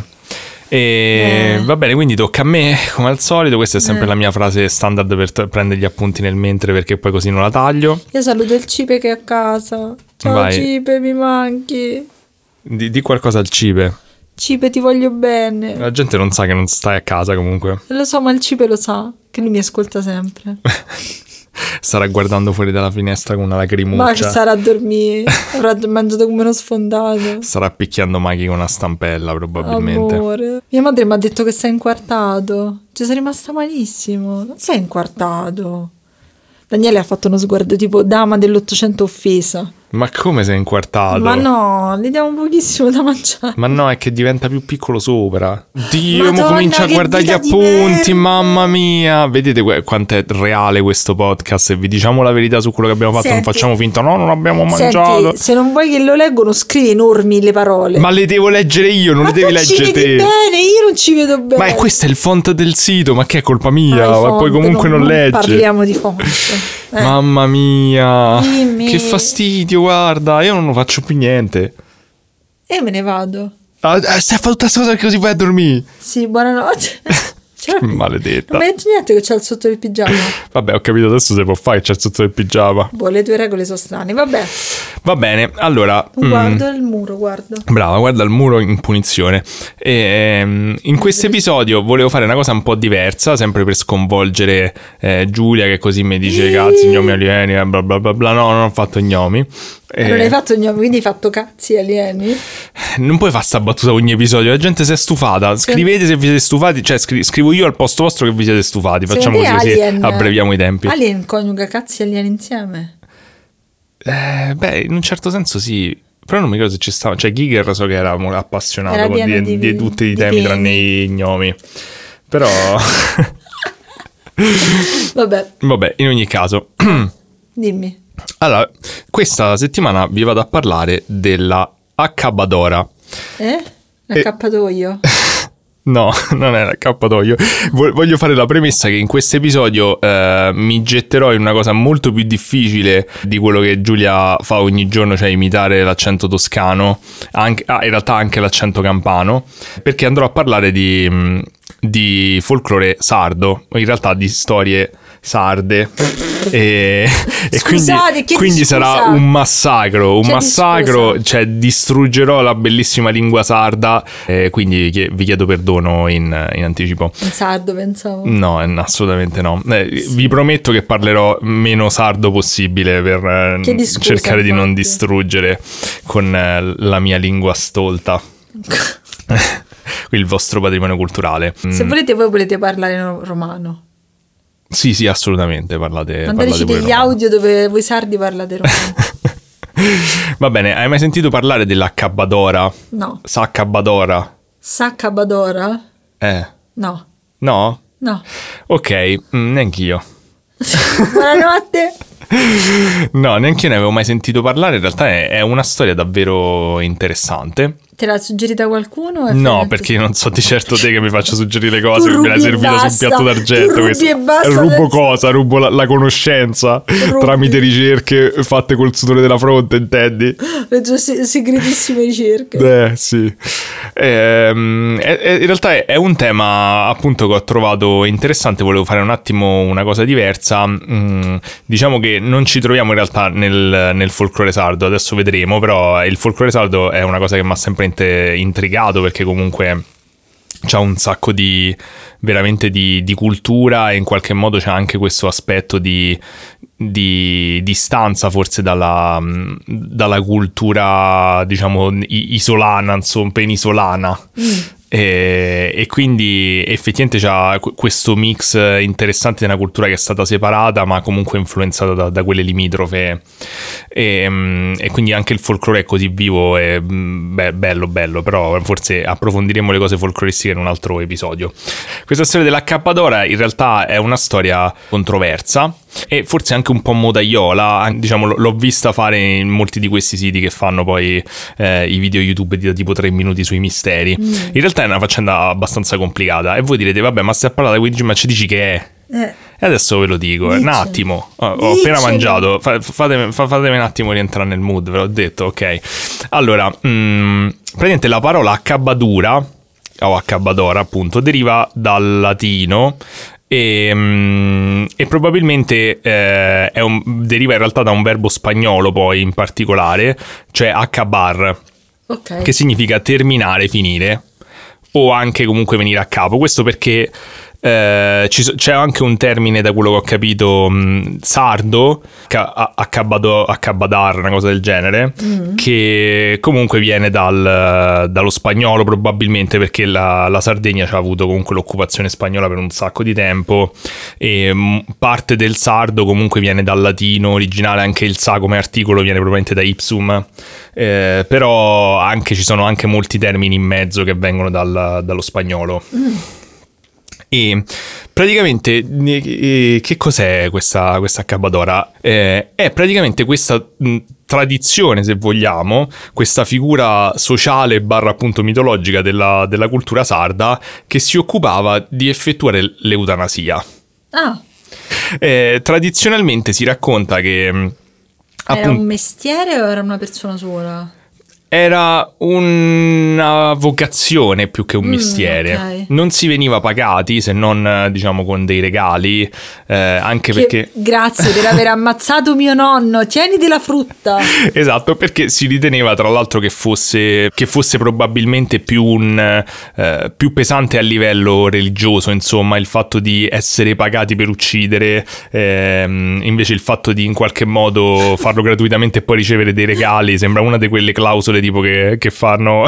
Va bene, quindi tocca a me come al solito. Questa è sempre la mia frase standard per prendere gli appunti nel mentre, perché poi così non la taglio. Io saluto il Cipe che è a casa. Ciao. Vai. Cipe, mi manchi. Di qualcosa al Cipe. Cipe, ti voglio bene. La gente non sa che non stai a casa comunque. Lo so, ma il Cipe lo sa, che lui mi ascolta sempre. Starà guardando fuori dalla finestra con una lacrimuccia. Ma che sarà a dormire, avrà mangiato come uno sfondato. Starà picchiando Maghi con una stampella probabilmente. Amore, mia madre mi ha detto che sei inquartato. Ci sei rimasta malissimo. Non sei inquartato. Daniele ha fatto uno sguardo tipo dama dell'800 offesa. Ma come sei inquartato? Ma no, gli diamo pochissimo da mangiare. Ma no, è che diventa più piccolo sopra. Dio, mo comincia a guardare gli appunti, mamma mia. Vedete quanto è reale questo podcast? E vi diciamo la verità su quello che abbiamo fatto. Senti, non facciamo finta, no, non abbiamo mangiato. Senti, se non vuoi che lo leggono, scrivi enormi le parole. Ma le devo leggere io, non le devi leggere te. Bene, io non ci vedo bene. Ma questo è il font del sito, ma che è colpa mia? Ma poi comunque non legge. Parliamo di font. Mamma mia, dimmi. Che fastidio, guarda, io non faccio più niente. E me ne vado. Stai a fare tutta questa cosa così vai a dormire. Sì, buonanotte. Maledetta. Non mi hai detto niente che c'è il sotto del pigiama. Vabbè, ho capito, adesso si può fare che c'è il sotto del pigiama. Boh, le tue regole sono strane, vabbè. Va bene, allora guardo il muro, guardo. Brava, guarda il muro in punizione. In questo episodio volevo fare una cosa un po' diversa, sempre per sconvolgere Giulia, che così mi dice cazzi, gnomi alieni, bla bla bla bla. No, non ho fatto gnomi. Non hai fatto gnomi, quindi hai fatto cazzi alieni? non puoi fare sta battuta ogni episodio, la gente si è stufata. Scrivete se vi siete stufati, cioè scrivo io al posto vostro che vi siete stufati. Facciamo così, abbreviamo i tempi. Alien coniuga cazzi e alieni insieme? Beh, in un certo senso sì. Però non mi ricordo se ci stava. Cioè Giger so che era appassionato di tutti i temi tranne i gnomi. Però Vabbè, in ogni caso. Dimmi. Allora, questa settimana vi vado a parlare della Accabadora. L'accappatoio? No, non è l'accappatoio. Voglio fare la premessa che in questo episodio mi getterò in una cosa molto più difficile di quello che Giulia fa ogni giorno, cioè imitare l'accento toscano, in realtà anche l'accento campano, perché andrò a parlare di folklore sardo, in realtà di storie sarde e quindi sarà un massacro, cioè distruggerò la bellissima lingua sarda, quindi vi chiedo perdono in anticipo. In sardo pensavo. No, assolutamente no. Vi prometto che parlerò meno sardo possibile per cercare di non distruggere con la mia lingua stolta il vostro patrimonio culturale. Se volete voi volete parlare romano. Sì, assolutamente, parlate mandateci degli audio dove voi sardi parlate romano. Va bene, hai mai sentito parlare dell'Accabadora? No. S'Accabadora? No. No? No. Ok, neanch'io. Buonanotte. No, neanche io ne avevo mai sentito parlare. In realtà è una storia davvero interessante. Te l'ha suggerita qualcuno? No, perché io non so di certo te che mi faccio suggerire cose, che me l'hai servita su un piatto d'argento. Rubo cosa? Rubo la conoscenza tramite ricerche fatte col sudore della fronte, intendi? Le tue segretissime ricerche. Sì. In realtà è un tema appunto che ho trovato interessante. Volevo fare un attimo una cosa diversa. Diciamo che non ci troviamo in realtà nel folklore sardo, adesso vedremo, però il folklore sardo è una cosa che mi ha sempre intrigato, perché comunque c'ha un sacco veramente di cultura, e in qualche modo c'è anche questo aspetto di distanza forse dalla cultura, diciamo, isolana, insomma, penisolana. E quindi effettivamente c'ha questo mix interessante di una cultura che è stata separata ma comunque influenzata da quelle limitrofe, e quindi anche il folklore è così vivo e bello, però forse approfondiremo le cose folcloristiche in un altro episodio. Questa storia dell'Accabadora in realtà è una storia controversa e forse anche un po' modaiola, diciamo, l'ho vista fare in molti di questi siti che fanno poi i video YouTube di tipo 3 minuti sui misteri. In realtà è una faccenda abbastanza complicata e voi direte vabbè, ma se a parlare di Luigi, ma ci dici che è? E adesso ve lo dico. Un attimo, ho appena mangiato, fatemi un attimo rientrare nel mood, ve l'ho detto, ok. Allora, praticamente la parola accabadura o accabadora appunto deriva dal latino e probabilmente deriva in realtà da un verbo spagnolo poi in particolare, cioè acabar, che significa terminare, finire, o anche comunque venire a capo. Questo perché c'è anche un termine, da quello che ho capito, sardo, accabadar, una cosa del genere, che comunque viene dallo spagnolo probabilmente, perché la Sardegna ha avuto comunque l'occupazione spagnola per un sacco di tempo, e parte del sardo comunque viene dal latino originale, anche il sa come articolo viene probabilmente da ipsum, però ci sono anche molti termini in mezzo che vengono dallo spagnolo. E praticamente che cos'è questa accabadora? È praticamente questa tradizione, se vogliamo, questa figura sociale / appunto mitologica della cultura sarda, che si occupava di effettuare l'eutanasia. Tradizionalmente si racconta che era un mestiere o era una persona sola? Era una vocazione più che un mestiere. Okay. Non si veniva pagati, se non diciamo con dei regali, anche perché grazie per aver ammazzato mio nonno, tieniti la frutta. Esatto, perché si riteneva tra l'altro che fosse probabilmente più pesante a livello religioso, insomma, il fatto di essere pagati per uccidere, invece il fatto di in qualche modo farlo gratuitamente e poi ricevere dei regali sembra una di quelle clausole tipo che fanno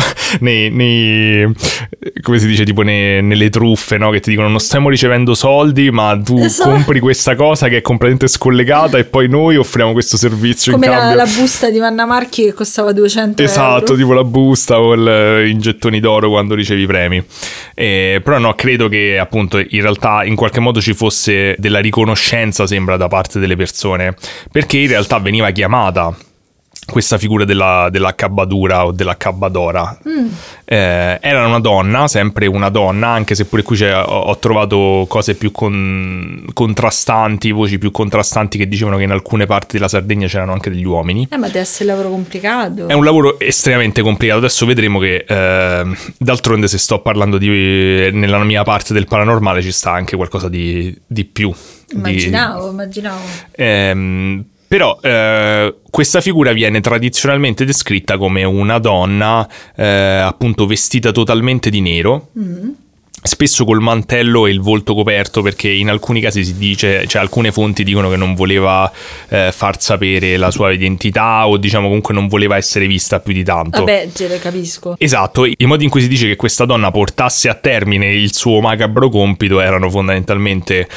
come si dice, tipo nelle truffe, no? Che ti dicono non stiamo ricevendo soldi, ma tu compri questa cosa che è completamente scollegata e poi noi offriamo questo servizio come in cambio. La busta di Vanna Marchi che costava 200 esatto, euro. tipo la busta o in gettoni d'oro quando ricevi i premi. Però no, credo che appunto in realtà in qualche modo ci fosse della riconoscenza, sembra, da parte delle persone, perché in realtà veniva chiamata questa figura dell'accabadura o dell'accabadora. Era una donna, sempre una donna, anche se pure qui ho trovato cose più contrastanti, voci più contrastanti che dicevano che in alcune parti della Sardegna c'erano anche degli uomini. Ma deve essere un lavoro complicato. È un lavoro estremamente complicato. Adesso vedremo che d'altronde, se sto parlando nella mia parte del paranormale, ci sta anche qualcosa di più. Immaginavo. Però questa figura viene tradizionalmente descritta come una donna appunto vestita totalmente di nero, spesso col mantello e il volto coperto, perché in alcuni casi si dice, cioè alcune fonti dicono che non voleva far sapere la sua identità, o diciamo comunque non voleva essere vista più di tanto. Vabbè, capisco. Esatto, i modi in cui si dice che questa donna portasse a termine il suo macabro compito erano fondamentalmente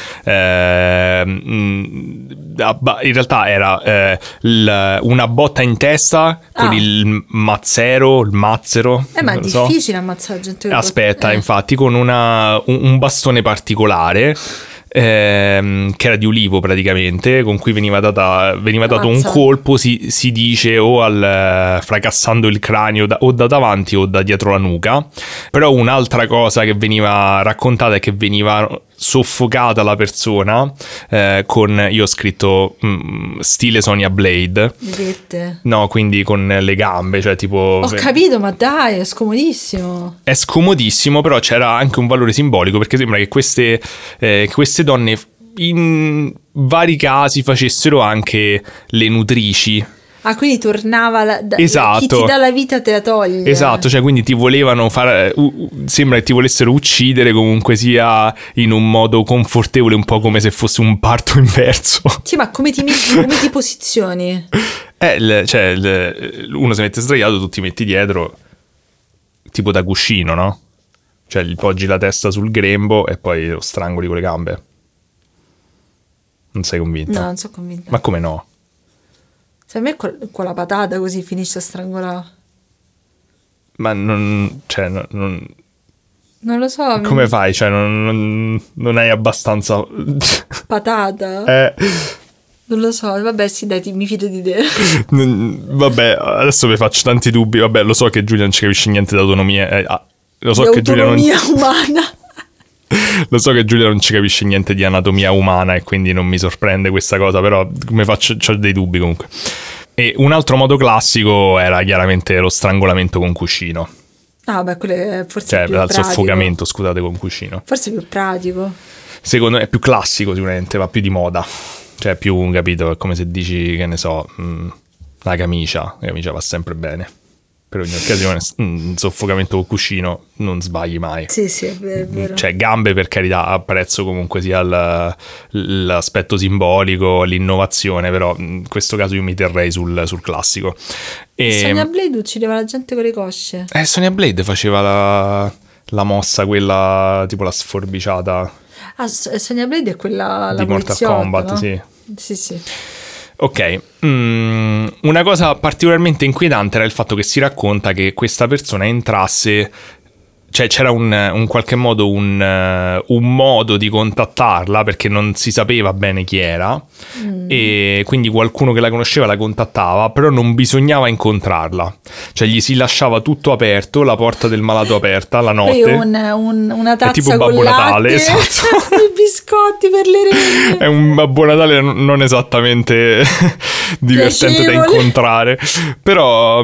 in realtà era una botta in testa con il mazzero. Ma è difficile ammazzare gente. Aspetta, infatti, con un bastone particolare che era di ulivo praticamente, con cui veniva dato un colpo, si dice, o fracassando il cranio o da davanti o da dietro la nuca. Però un'altra cosa che veniva raccontata è che veniva soffocata la persona io ho scritto stile Sonia Blade. Vedete? No, quindi con le gambe, cioè tipo... Ho capito, ma dai, è scomodissimo. È scomodissimo, però c'era anche un valore simbolico, perché sembra che queste donne in vari casi facessero anche le nutrici. Ah, quindi tornava esatto. Chi ti dà la vita te la toglie. Esatto, cioè quindi ti volevano sembra che ti volessero uccidere comunque sia in un modo confortevole, un po' come se fosse un parto inverso. Sì, ma come ti posizioni? Uno si mette sdraiato, tu ti metti dietro tipo da cuscino, no? Cioè gli poggi la testa sul grembo e poi lo strangoli con le gambe. Non sei convinta? No, non sono convinta. Ma come no? Se a me con la patata così finisce a strangolare. Ma non lo so. Come fai? Cioè non hai abbastanza patata? Non lo so, vabbè, sì, dai, mi fido di te. Vabbè, adesso vi faccio tanti dubbi. Vabbè, lo so che Giulia non ci capisce niente di autonomia. Lo so che Giulia umana. Lo so che Giulia non ci capisce niente di anatomia umana e quindi non mi sorprende questa cosa, però c'ho dei dubbi comunque. E un altro modo classico era chiaramente lo strangolamento con cuscino. Ah, beh, quello è forse più pratico. Cioè, il soffocamento, scusate, con cuscino. Forse è più pratico. Secondo me è più classico sicuramente, va più di moda. Cioè più, capito, è come se dici, che ne so, la camicia va sempre bene. Per ogni occasione, un soffocamento con cuscino non sbagli mai. Sì, è vero. Cioè gambe, per carità, apprezzo comunque sia l'aspetto simbolico, l'innovazione, però in questo caso io mi terrei sul classico. Sonia Blade uccideva la gente con le cosce. Sonia Blade faceva la mossa, quella tipo la sforbiciata. Ah, Sonia Blade è quella di Mortal Kombat, no? Sì. Ok, una cosa particolarmente inquietante era il fatto che si racconta che questa persona entrasse, cioè c'era un qualche modo un modo di contattarla, perché non si sapeva bene chi era, e quindi qualcuno che la conosceva la contattava, però non bisognava incontrarla, cioè gli si lasciava tutto aperto, la porta del malato aperta la notte. Poi una tazza tipo con Babbo Natale, latte, esatto. i biscotti per le rene. È un Babbo Natale non esattamente divertente da incontrare, però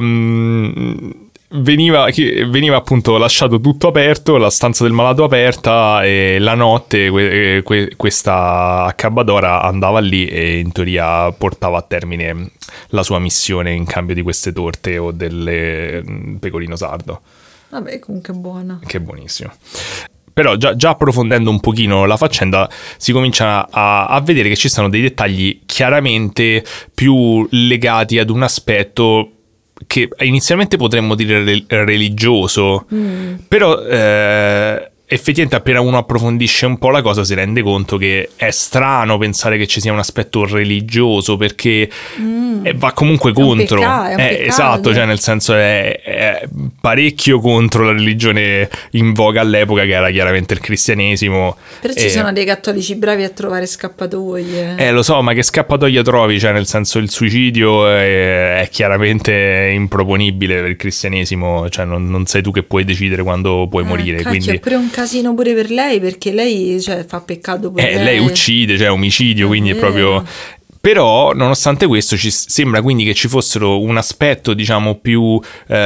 veniva appunto lasciato tutto aperto, la stanza del malato aperta, e la notte questa accabadora andava lì e in teoria portava a termine la sua missione in cambio di queste torte o del pecorino sardo. Vabbè, comunque buona. Che buonissimo. Però già approfondendo un pochino la faccenda si comincia a vedere che ci sono dei dettagli chiaramente più legati ad un aspetto che inizialmente potremmo dire religioso, però effettivamente appena uno approfondisce un po' la cosa si rende conto che è strano pensare che ci sia un aspetto religioso, perché va comunque contro. È un peccato. Esatto, cioè nel senso è parecchio contro la religione in voga all'epoca, che era chiaramente il cristianesimo. Però ci sono dei cattolici bravi a trovare scappatoie. Lo so, ma che scappatoia trovi? Cioè nel senso, il suicidio è chiaramente improponibile per il cristianesimo, cioè non sei tu che puoi decidere quando puoi morire, quindi è pure un casino pure per lei, perché lei, cioè, fa peccato pure lei uccide, cioè omicidio, quindi è proprio... Però nonostante questo ci sembra quindi che ci fossero un aspetto, diciamo, più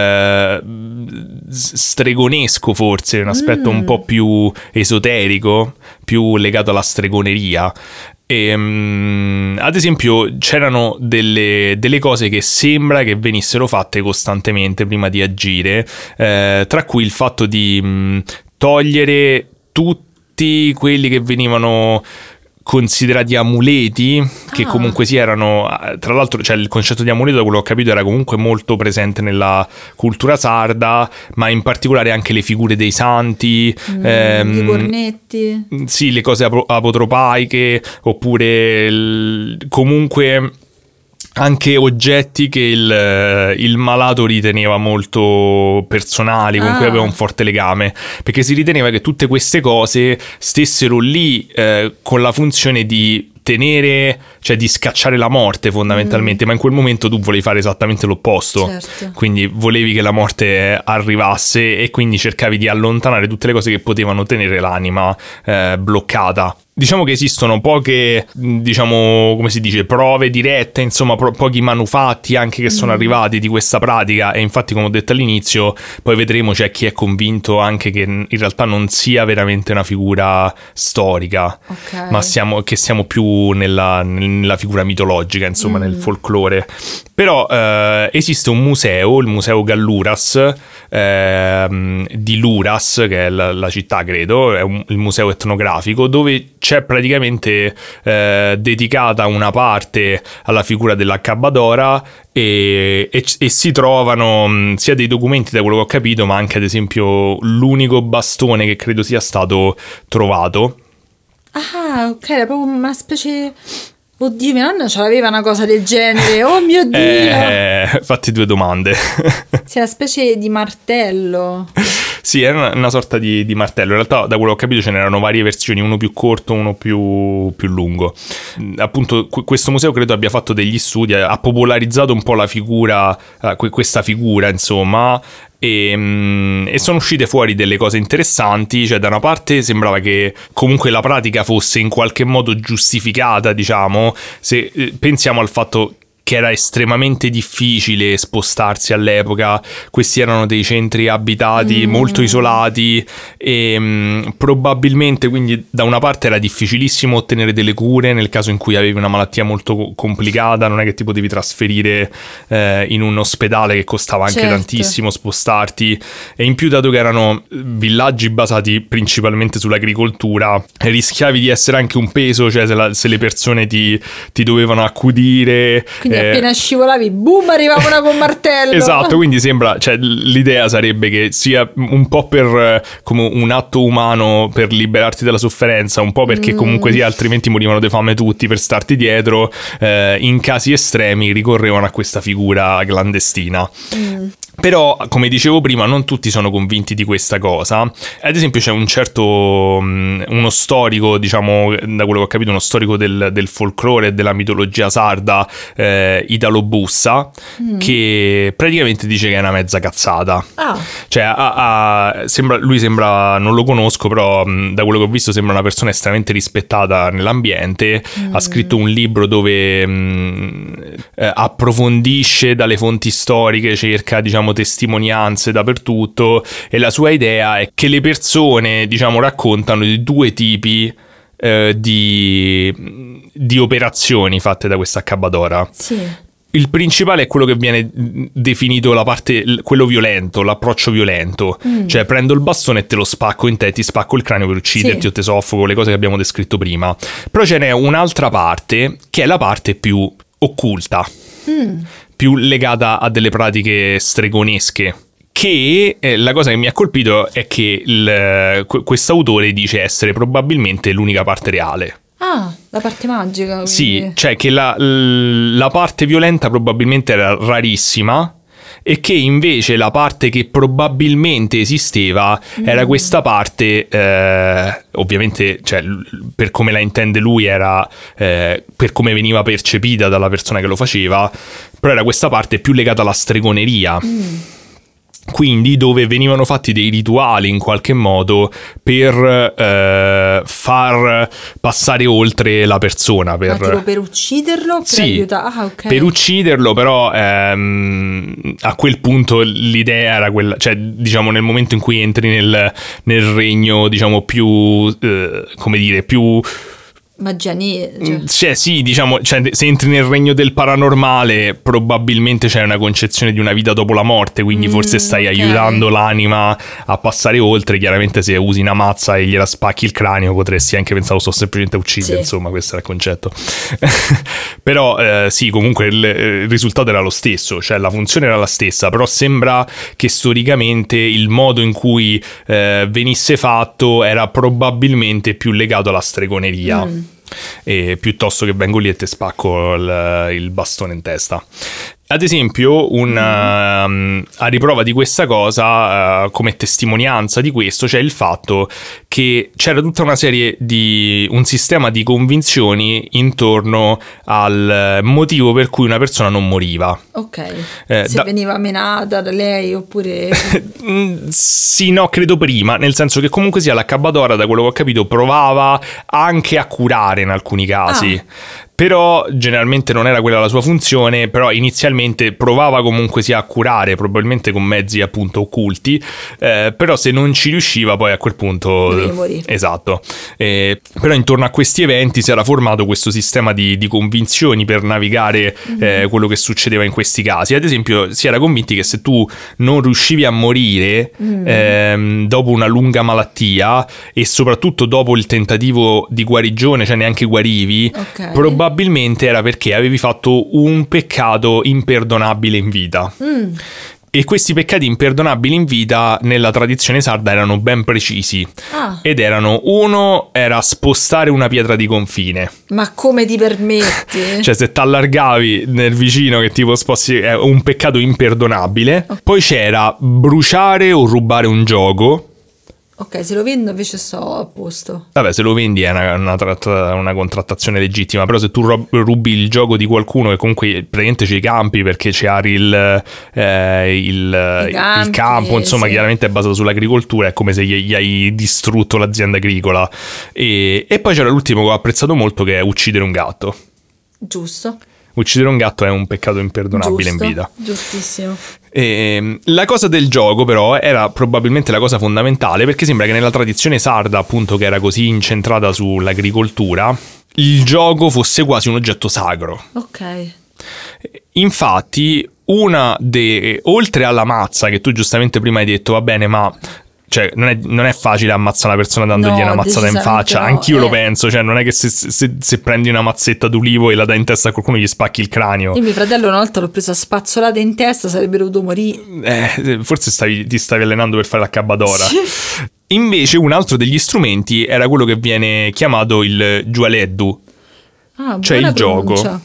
stregonesco, forse un aspetto un po' più esoterico, più legato alla stregoneria. Ad esempio c'erano delle cose che sembra che venissero fatte costantemente prima di agire, tra cui il fatto di togliere tutti quelli che venivano considerati amuleti, che comunque erano, tra l'altro, cioè il concetto di amuleto, da quello che ho capito, era comunque molto presente nella cultura sarda, ma in particolare anche le figure dei santi, i cornetti, sì, le cose apotropaiche, oppure comunque anche oggetti che il malato riteneva molto personali, con cui aveva un forte legame, perché si riteneva che tutte queste cose stessero lì con la funzione di tenere, cioè di scacciare la morte fondamentalmente, ma in quel momento tu volevi fare esattamente l'opposto, certo. Quindi volevi che la morte arrivasse e quindi cercavi di allontanare tutte le cose che potevano tenere l'anima bloccata. Diciamo che esistono poche, diciamo, come si dice, prove dirette, insomma, pochi manufatti anche che sono arrivati di questa pratica, e infatti, come ho detto all'inizio, poi vedremo, c'è chi è convinto anche che in realtà non sia veramente una figura storica, ma siamo più nella figura mitologica, insomma, nel folklore. Però esiste un museo, il Museo Galluras, di Luras, che è la città, credo, è il museo etnografico, dove c'è praticamente dedicata una parte alla figura dell'Accabadora, e si trovano sia dei documenti, da quello che ho capito, ma anche ad esempio l'unico bastone che credo sia stato trovato. Ah, ok, era proprio una specie... Oddio, mia nonna ce l'aveva una cosa del genere. Oh mio Dio! Fatti due domande. Sì, una specie di martello. Sì, era una sorta di martello. In realtà, da quello che ho capito, ce n'erano varie versioni, uno più corto, uno più lungo. Appunto, questo museo credo abbia fatto degli studi, ha popolarizzato un po' la figura, questa figura, insomma. E sono uscite fuori delle cose interessanti. Cioè, da una parte sembrava che comunque la pratica fosse in qualche modo giustificata, diciamo, se pensiamo al fatto che era estremamente difficile spostarsi all'epoca. Questi erano dei centri abitati molto isolati e probabilmente, quindi, da una parte era difficilissimo ottenere delle cure nel caso in cui avevi una malattia molto complicata, non è che ti potevi trasferire in un ospedale, che costava anche tantissimo spostarti, e in più, dato che erano villaggi basati principalmente sull'agricoltura, rischiavi di essere anche un peso, cioè se le persone ti dovevano accudire. Quindi appena scivolavi, boom, arrivava una con martello. Esatto, quindi sembra, cioè l'idea sarebbe che sia un po' per come un atto umano per liberarti dalla sofferenza, un po' perché comunque sì, altrimenti morivano di fame tutti per starti dietro, in casi estremi ricorrevano a questa figura clandestina. Però, come dicevo prima, non tutti sono convinti di questa cosa. Ad esempio c'è un certo uno storico, diciamo, da quello che ho capito, uno storico del folklore e della mitologia sarda, Italo Bussa, che praticamente dice che è una mezza cazzata. Cioè lui sembra, non lo conosco, però da quello che ho visto sembra una persona estremamente rispettata nell'ambiente. Ha scritto un libro dove approfondisce dalle fonti storiche, cerca, diciamo, testimonianze dappertutto, e la sua idea è che le persone, diciamo, raccontano di due tipi di operazioni fatte da questa Accabadora. Sì. Il principale è quello che viene definito quello violento, l'approccio violento. Cioè, prendo il bastone e te lo spacco in te, ti spacco il cranio per ucciderti, o te soffoco, le cose che abbiamo descritto prima. Però ce n'è un'altra parte, che è la parte più occulta, più legata a delle pratiche stregonesche. Che la cosa che mi ha colpito è che quest'autore dice essere probabilmente l'unica parte reale. Ah, la parte magica. Quindi. Sì, cioè che la parte violenta probabilmente era rarissima e che invece la parte che probabilmente esisteva era questa parte, ovviamente, cioè, per come la intende lui era per come veniva percepita dalla persona che lo faceva, però era questa parte più legata alla stregoneria. Quindi dove venivano fatti dei rituali in qualche modo per far passare oltre la persona. Ma tipo per ucciderlo? Per sì, aiutare? Ah, ok. Per ucciderlo, però a quel punto l'idea era quella, cioè diciamo nel momento in cui entri nel regno, diciamo più, come dire, più... magia nera. Cioè sì, diciamo, cioè, se entri nel regno del paranormale probabilmente c'è una concezione di una vita dopo la morte, quindi forse stai aiutando l'anima a passare oltre. Chiaramente se usi una mazza e gliela spacchi il cranio potresti anche pensare sto semplicemente a uccidere, insomma questo era il concetto. Però sì, comunque il risultato era lo stesso, cioè la funzione era la stessa, però sembra che storicamente il modo in cui venisse fatto era probabilmente più legato alla stregoneria. E piuttosto che vengo lì e te spacco il bastone in testa. Ad esempio, a riprova di questa cosa, come testimonianza di questo, c'è il fatto che c'era tutta una serie un sistema di convinzioni intorno al motivo per cui una persona non moriva. Ok. Se veniva menata da lei oppure... Sì, no, credo prima, nel senso che comunque sia l'Accabadora, da quello che ho capito, provava anche a curare in alcuni casi. Però generalmente non era quella la sua funzione, però inizialmente provava comunque sia a curare, probabilmente con mezzi appunto occulti, però se non ci riusciva poi a quel punto... Esatto. Però intorno a questi eventi si era formato questo sistema di convinzioni per navigare quello che succedeva in questi casi. Ad esempio si era convinti che se tu non riuscivi a morire dopo una lunga malattia e soprattutto dopo il tentativo di guarigione, cioè neanche guarivi, probabilmente era perché avevi fatto un peccato imperdonabile in vita. E questi peccati imperdonabili in vita nella tradizione sarda erano ben precisi. Ed uno era spostare una pietra di confine. Ma come ti permetti? Cioè se t'allargavi nel vicino che tipo sposti, è un peccato imperdonabile. Poi c'era bruciare o rubare un giogo. Ok, se lo vendo invece sto a posto. Vabbè, se lo vendi è una contrattazione legittima, però se tu rubi il gioco di qualcuno che comunque praticamente ci campi perché ci ari il campo, insomma, chiaramente è basato sull'agricoltura, è come se gli hai distrutto l'azienda agricola. E poi c'era l'ultimo che ho apprezzato molto, che è uccidere un gatto. Giusto. Uccidere un gatto è un peccato imperdonabile in vita. Giustissimo. La cosa del gioco però era probabilmente la cosa fondamentale, perché sembra che nella tradizione sarda, appunto, che era così incentrata sull'agricoltura, il gioco fosse quasi un oggetto sacro. Ok. Infatti oltre alla mazza che tu giustamente prima hai detto, va bene, ma cioè non è facile ammazzare una persona dandogli una mazzata in faccia, no, anch'io lo penso, cioè non è che se prendi una mazzetta d'ulivo e la dai in testa a qualcuno gli spacchi il cranio. Io mio fratello una volta l'ho preso a spazzolate in testa, sarebbe dovuto morire. Forse ti stavi allenando per fare l'Accabadora. Sì. Invece un altro degli strumenti era quello che viene chiamato il giualeddu, cioè il gioco.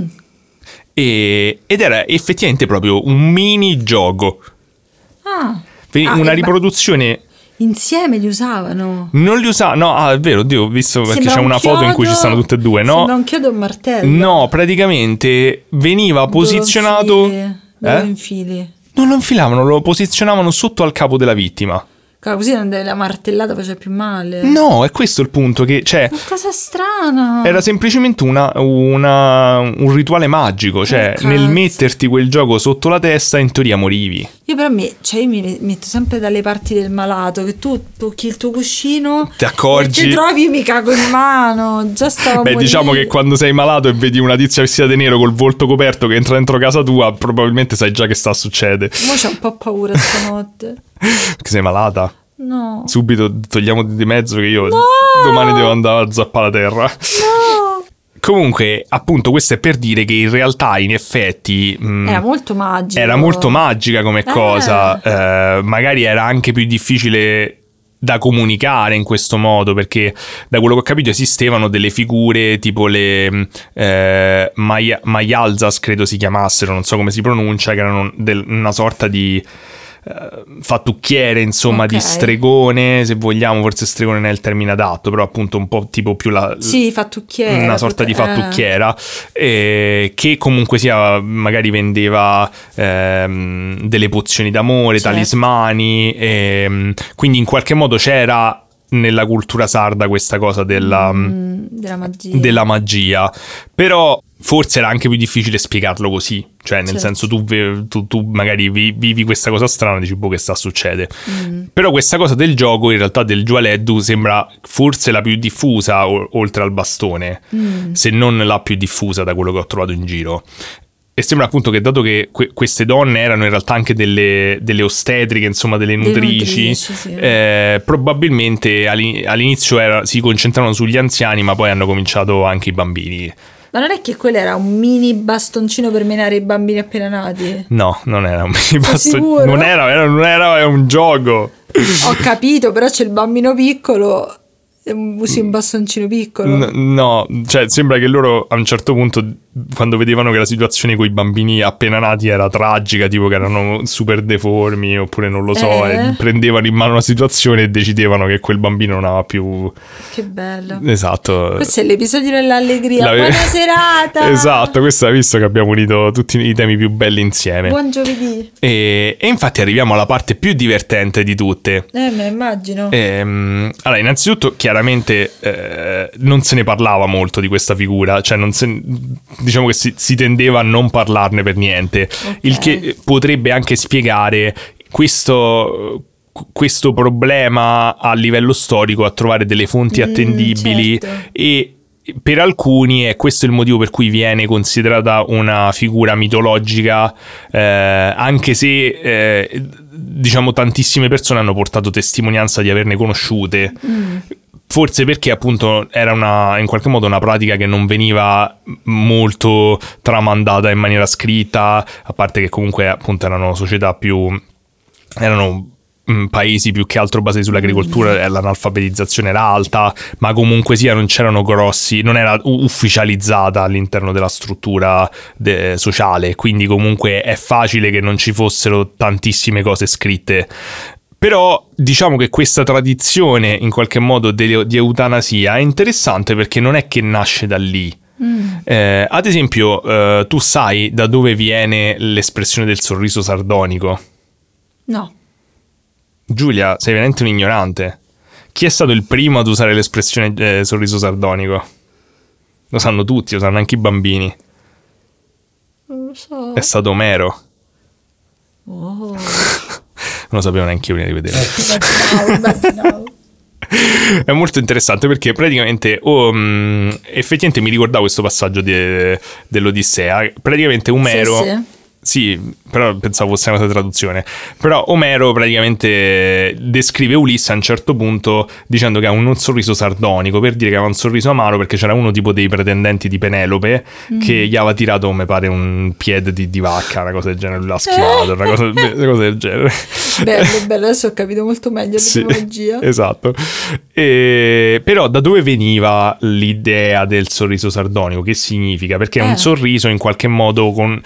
Ed era effettivamente proprio un mini gioco. Una riproduzione. Insieme li usavano? Non li usavano, no, è vero, Dio, ho visto perché c'è una foto in cui ci stanno tutte e due, no? Sembra un chiodo e un martello. No, praticamente veniva posizionato. Dove lo infili? Non lo infilavano, lo posizionavano sotto al capo della vittima. Così la martellata faceva più male. No, è questo il punto, che cioè, ma cosa strana. Era semplicemente un rituale magico, cioè nel metterti quel gioco sotto la testa in teoria morivi. Io però mi metto sempre dalle parti del malato, che tu tocchi il tuo cuscino, ti accorgi, ti trovi, mi cago in mano, già stavo morendo. Diciamo che quando sei malato e vedi una tizia vestita di nero col volto coperto che entra dentro casa tua, probabilmente sai già che sta a succedere. Ma c'ho un po' paura stanotte. Che sei malata? No. Subito togliamo di mezzo che io domani devo andare a zappare la terra. No. Comunque, appunto, questo è per dire che in realtà, in effetti, era molto magico. Era molto magica come cosa. Magari era anche più difficile da comunicare in questo modo, perché da quello che ho capito esistevano delle figure tipo le Maialzas, credo si chiamassero, non so come si pronuncia, che erano una sorta di fattucchiere, insomma, di stregone, se vogliamo. Forse stregone non è il termine adatto, però appunto un po' tipo più fattucchiera, una sorta di fattucchiera, che comunque sia magari vendeva delle pozioni d'amore, talismani, quindi in qualche modo c'era nella cultura sarda questa cosa della magia, però forse era anche più difficile spiegarlo così, cioè nel senso tu magari vivi questa cosa strana, dici boh, che sta succede. Però questa cosa del gioco, in realtà del Jualeddu, sembra forse la più diffusa oltre al bastone, se non la più diffusa da quello che ho trovato in giro. E sembra appunto che, dato che queste donne erano in realtà anche delle ostetriche, insomma delle nutrici, sì. Probabilmente all'inizio si concentravano sugli anziani, ma poi hanno cominciato anche i bambini. Ma non è che quello era un mini bastoncino per menare i bambini appena nati? No, non era un mini bastoncino. Non era un gioco. Ho capito, però c'è il bambino piccolo, usi un bastoncino piccolo. No, cioè sembra che loro a un certo punto, quando vedevano che la situazione con i bambini appena nati era tragica, tipo che erano super deformi oppure non lo so, e prendevano in mano la situazione e decidevano che quel bambino non aveva più... Che bello. Esatto. Questo è l'episodio dell'allegria. Buona serata. Esatto, questo hai visto che abbiamo unito tutti i temi più belli insieme. Buon giovedì. E infatti arriviamo alla parte più divertente di tutte. Me lo immagino. Allora, innanzitutto chiaramente non se ne parlava molto di questa figura, cioè diciamo che si tendeva a non parlarne per niente, il che potrebbe anche spiegare questo problema a livello storico a trovare delle fonti attendibili, certo. E per alcuni è questo il motivo per cui viene considerata una figura mitologica, anche se diciamo tantissime persone hanno portato testimonianza di averne conosciute. Forse perché appunto era in qualche modo una pratica che non veniva molto tramandata in maniera scritta, a parte che comunque appunto erano paesi più che altro basati sull'agricoltura, l'analfabetizzazione era alta, ma comunque sia non c'erano non era ufficializzata all'interno della struttura sociale, quindi comunque è facile che non ci fossero tantissime cose scritte. Però diciamo che questa tradizione in qualche modo di eutanasia è interessante perché non è che nasce da lì. Ad esempio, tu sai da dove viene l'espressione del sorriso sardonico? No. Giulia, sei veramente un ignorante. Chi è stato il primo ad usare l'espressione sorriso sardonico? Lo sanno tutti, lo sanno anche i bambini. Non lo so. È stato Omero. Oh. Non lo sapevo neanche io prima di vedere. Immaginavo. È molto interessante perché praticamente effettivamente mi ricordavo questo passaggio dell'Odissea. Praticamente Omero... Sì, però pensavo fosse una cosa di traduzione. Però Omero praticamente descrive Ulisse a un certo punto dicendo che ha un sorriso sardonico, per dire che aveva un sorriso amaro perché c'era uno tipo dei pretendenti di Penelope che gli aveva tirato, mi pare, un piede di vacca, una cosa del genere, lui l'ha schivato, una cosa del genere. Bello, adesso ho capito molto meglio l'etimologia. Sì, esatto. Però da dove veniva l'idea del sorriso sardonico? Che significa? Perché è un sorriso in qualche modo con...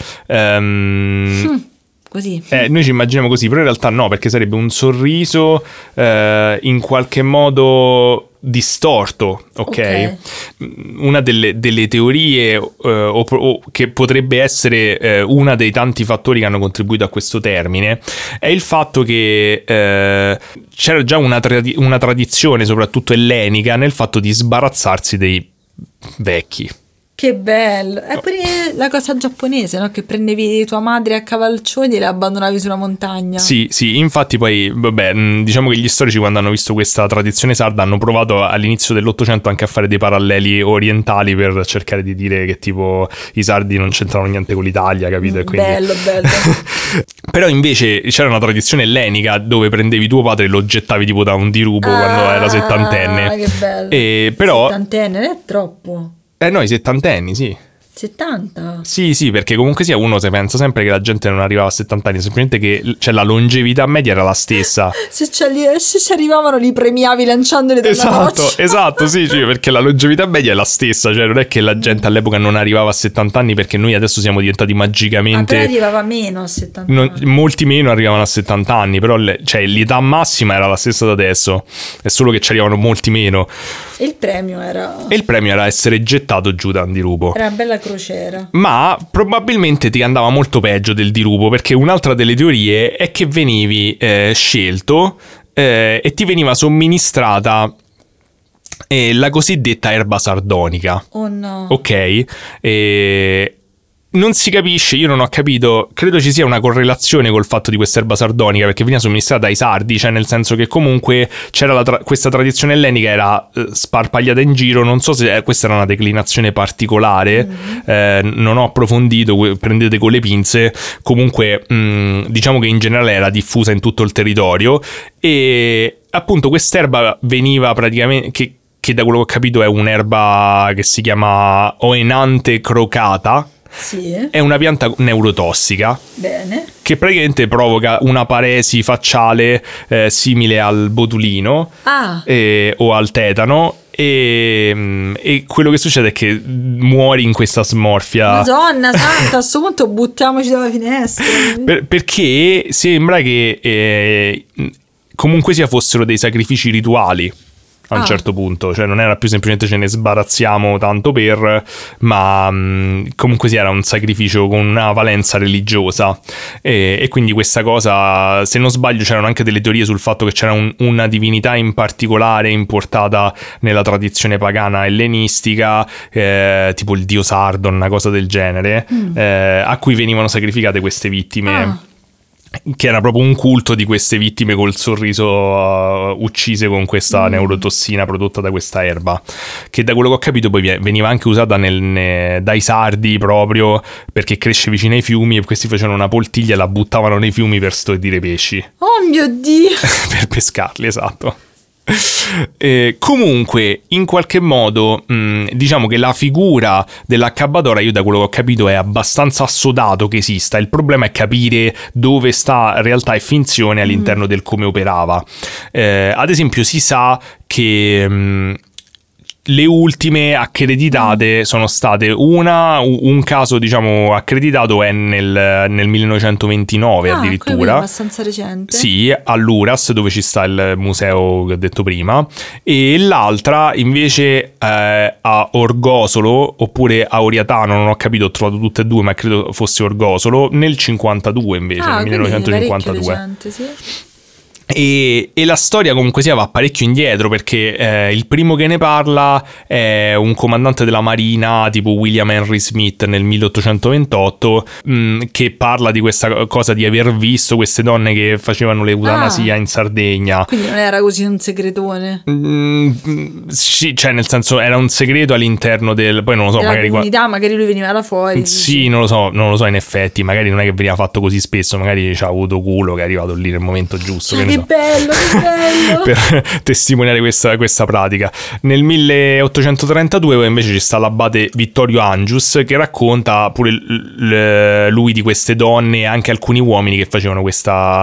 così. Noi ci immaginiamo così, però in realtà no, perché sarebbe un sorriso in qualche modo distorto, ok? Una delle teorie che potrebbe essere una dei tanti fattori che hanno contribuito a questo termine è il fatto che c'era già una tradizione, soprattutto ellenica, nel fatto di sbarazzarsi dei vecchi. Che bello! È pure la cosa giapponese, no? Che prendevi tua madre a cavalcioni e la abbandonavi sulla montagna. Sì, infatti poi, vabbè, diciamo che gli storici, quando hanno visto questa tradizione sarda, hanno provato all'inizio dell'Ottocento anche a fare dei paralleli orientali per cercare di dire che tipo i sardi non c'entravano niente con l'Italia, capito? E quindi... Bello. Però invece c'era una tradizione ellenica dove prendevi tuo padre e lo gettavi tipo da un dirupo quando era settantenne. Che bello. E però... Settantenne, non è troppo. No, i settantenni, sì. 70? Sì, perché comunque sia uno si pensa sempre che la gente non arrivava a 70 anni, semplicemente che la longevità media era la stessa. Se ci arrivavano li premiavi lanciandoli dalla roccia. Esatto, sì, perché la longevità media è la stessa, cioè non è che la gente all'epoca non arrivava a 70 anni, perché noi adesso siamo diventati magicamente... però arrivava meno a 70 anni. Molti meno arrivavano a 70 anni, però l'età massima era la stessa da adesso, è solo che ci arrivavano molti meno. E il premio era... essere gettato giù da un dirupo. Era una bella crociera. Ma probabilmente ti andava molto peggio del dirupo, perché un'altra delle teorie è che venivi scelto e ti veniva somministrata la cosiddetta erba sardonica. Oh no. Ok? Non si capisce, io non ho capito, credo ci sia una correlazione col fatto di questa erba sardonica, perché veniva somministrata ai sardi, cioè nel senso che comunque c'era questa tradizione ellenica, era sparpagliata in giro, non so se questa era una declinazione particolare, non ho approfondito, prendete con le pinze, comunque diciamo che in generale era diffusa in tutto il territorio, e appunto quest'erba veniva praticamente... che da quello che ho capito è un'erba che si chiama Oenanthe crocata. Sì. È una pianta neurotossica. Bene. Che praticamente provoca una paresi facciale simile al botulino o al tetano. E quello che succede è che muori in questa smorfia. Madonna santa, a questo punto buttiamoci dalla finestra. Perché sembra che comunque sia fossero dei sacrifici rituali a un certo punto, cioè non era più semplicemente ce ne sbarazziamo tanto per, ma comunque sì, era un sacrificio con una valenza religiosa, e quindi questa cosa, se non sbaglio c'erano anche delle teorie sul fatto che c'era una divinità in particolare importata nella tradizione pagana ellenistica, tipo il dio Sardon, una cosa del genere, a cui venivano sacrificate queste vittime. Che era proprio un culto di queste vittime col sorriso uccise con questa neurotossina prodotta da questa erba, che da quello che ho capito poi veniva anche usata dai sardi proprio perché cresce vicino ai fiumi, e questi facevano una poltiglia e la buttavano nei fiumi per stordire pesci. Oh mio Dio! Per pescarli, esatto. Comunque in qualche modo diciamo che la figura dell'accabadora, io da quello che ho capito, è abbastanza assodato che esista. Il problema è capire dove sta realtà e finzione all'interno del come operava. Ad esempio si sa che le ultime accreditate sono state un caso diciamo accreditato è nel 1929 addirittura, abbastanza recente. Sì, all'Uras, dove ci sta il museo che ho detto prima, e l'altra invece a Orgosolo oppure a Oriatano, non ho capito, ho trovato tutte e due ma credo fosse Orgosolo, nel 52 invece, nel 1952. Recente, sì. E la storia comunque sia va parecchio indietro, perché il primo che ne parla è un comandante della marina tipo William Henry Smith nel 1828, che parla di questa cosa di aver visto queste donne che facevano l'eutanasia in Sardegna. Quindi non era così un segretone? Sì, cioè nel senso era un segreto all'interno del... Poi non lo so, della comunità, magari lui veniva da fuori. Sì, non lo so in effetti, magari non è che veniva fatto così spesso, magari c'ha avuto culo che è arrivato lì nel momento giusto. Che bello, che bello! Per testimoniare questa pratica. Nel 1832 invece ci sta l'abate Vittorio Angius, che racconta pure lui di queste donne e anche alcuni uomini che facevano questa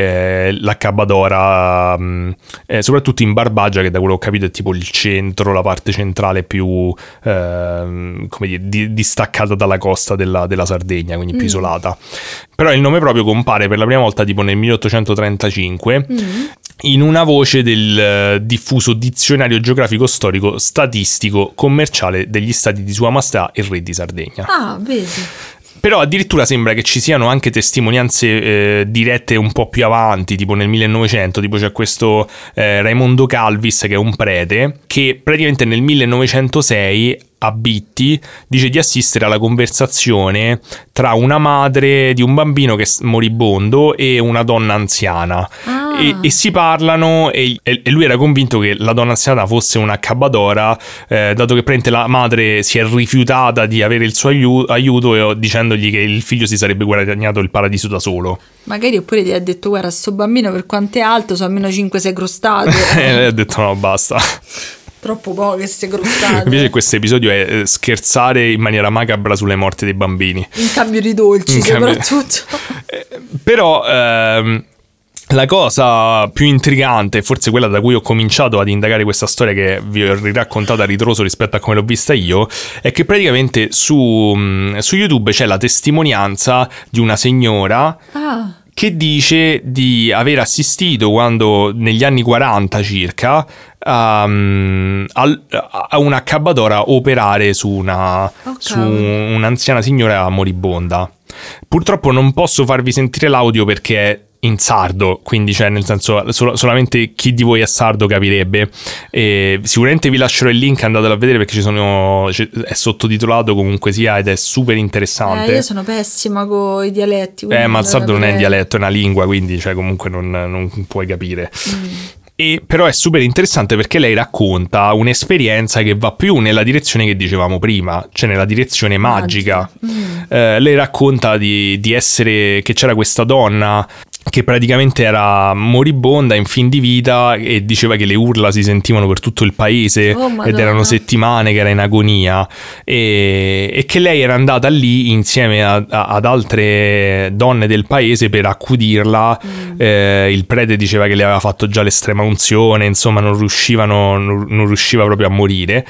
l'accabadora, soprattutto in Barbagia, che da quello che ho capito è tipo il centro, la parte centrale più come dire, distaccata dalla costa della Sardegna, quindi più isolata. Però il nome proprio compare per la prima volta tipo nel 1835 in una voce del diffuso dizionario geografico storico statistico commerciale degli stati di Sua Maestà il Re di Sardegna. Ah, vedi. Però addirittura sembra che ci siano anche testimonianze dirette un po' più avanti, tipo nel 1900, tipo c'è questo Raimondo Calvis, che è un prete, che praticamente nel 1906 a Bitti dice di assistere alla conversazione tra una madre di un bambino che è moribondo e una donna anziana. E si parlano e lui era convinto che la donna anziana fosse una accabadora, dato che praticamente la madre si è rifiutata di avere il suo aiuto dicendogli che il figlio si sarebbe guadagnato il paradiso da solo. Magari oppure ti ha detto: guarda, sto bambino per quanto è alto, so almeno 5-6 crostate. E ha detto no, basta. Troppo poche queste crostate. Invece questo episodio è scherzare in maniera macabra sulle morti dei bambini. In cambio di dolci, soprattutto. Però la cosa più intrigante, forse quella da cui ho cominciato ad indagare questa storia che vi ho riraccontata a ritroso rispetto a come l'ho vista io, è che praticamente su YouTube c'è la testimonianza di una signora che dice di aver assistito quando negli anni 40 circa a una accabbadora operare su un'anziana signora moribonda. Purtroppo non posso farvi sentire l'audio perché è in sardo, quindi cioè nel senso solamente chi di voi è sardo capirebbe. E sicuramente vi lascerò il link, andatelo a vedere perché è sottotitolato comunque sia ed è super interessante. Io sono pessima con i dialetti, ma il sardo non è un dialetto, è una lingua, quindi cioè comunque non puoi capire. E però è super interessante perché lei racconta un'esperienza che va più nella direzione che dicevamo prima, cioè nella direzione magica. Lei racconta di essere, che c'era questa donna che praticamente era moribonda in fin di vita e diceva che le urla si sentivano per tutto il paese ed erano settimane che era in agonia e che lei era andata lì insieme ad altre donne del paese per accudirla. Il prete diceva che le aveva fatto già l'estrema unzione, insomma non riusciva proprio a morire,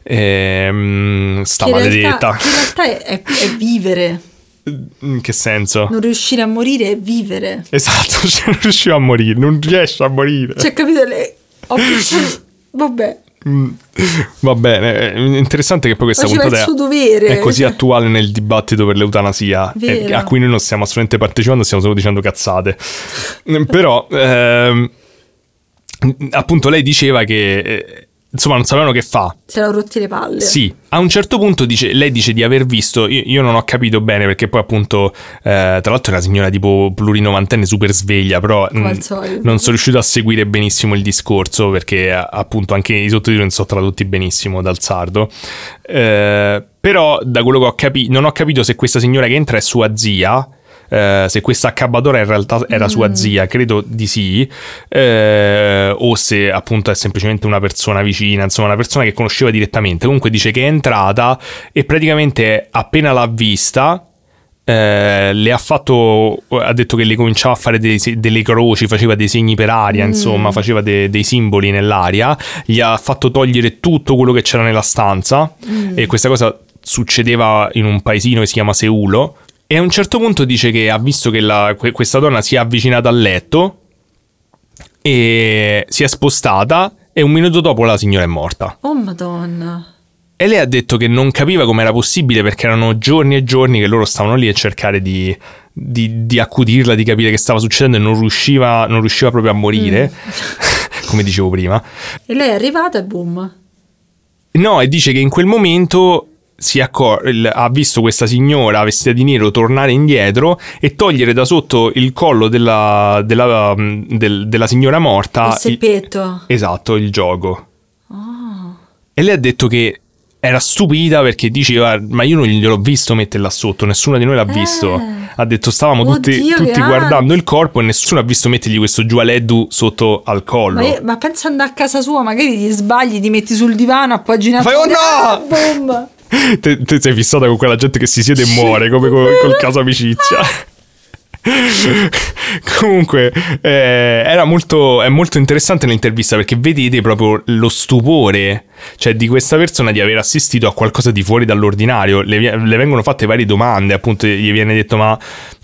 sta maledetta. In realtà è vivere. In che senso? Non riuscire a morire è vivere. Esatto, cioè non riusciva a morire, non riesce a morire. Cioè, capito? Vabbè. Va bene, è interessante che poi questa puntata è così attuale nel dibattito per l'eutanasia, a cui noi non stiamo assolutamente partecipando, stiamo solo dicendo cazzate. Però, appunto, lei diceva che... insomma non sapevano che fa. Se l'hanno rotti le palle. Sì, a un certo punto lei dice di aver visto, io non ho capito bene perché poi appunto tra l'altro è una signora tipo plurinovantenne super sveglia, però non sono riuscito a seguire benissimo il discorso perché appunto anche i sottotitoli non sono tradotti benissimo dal sardo, però da quello che ho capito, non ho capito se questa signora che entra è sua zia, se questa accabbadora in realtà era sua zia, credo di sì, o se appunto è semplicemente una persona vicina, insomma una persona che conosceva direttamente. Comunque dice che è entrata e praticamente appena l'ha vista le ha detto che le cominciava a fare delle croci, faceva dei segni per aria, insomma faceva dei simboli nell'aria, gli ha fatto togliere tutto quello che c'era nella stanza e questa cosa succedeva in un paesino che si chiama Seulo. E a un certo punto dice che ha visto che questa donna si è avvicinata al letto e si è spostata e un minuto dopo la signora è morta. Oh madonna. E lei ha detto che non capiva com'era possibile perché erano giorni e giorni che loro stavano lì a cercare di accudirla, di capire che stava succedendo e non riusciva proprio a morire, come dicevo prima. E lei è arrivata e boom. No, e dice che in quel momento... ha visto questa signora vestita di nero tornare indietro e togliere da sotto il collo della signora morta il seppetto. Esatto, il giogo. E lei ha detto che era stupita perché diceva ma io non gliel'ho visto metterla sotto, nessuno di noi l'ha visto. Ha detto stavamo tutti guardando il corpo e nessuno ha visto mettergli questo giualeddu sotto al collo. Ma pensa andare a casa sua, magari ti sbagli, ti metti sul divano appoggiato. Fai no! Boom! Te sei fissata con quella gente che si siede e muore come col caso amicizia. Comunque è molto interessante l'intervista perché vedete proprio lo stupore, cioè di questa persona di aver assistito a qualcosa di fuori dall'ordinario. Le vengono fatte varie domande, appunto gli viene detto ma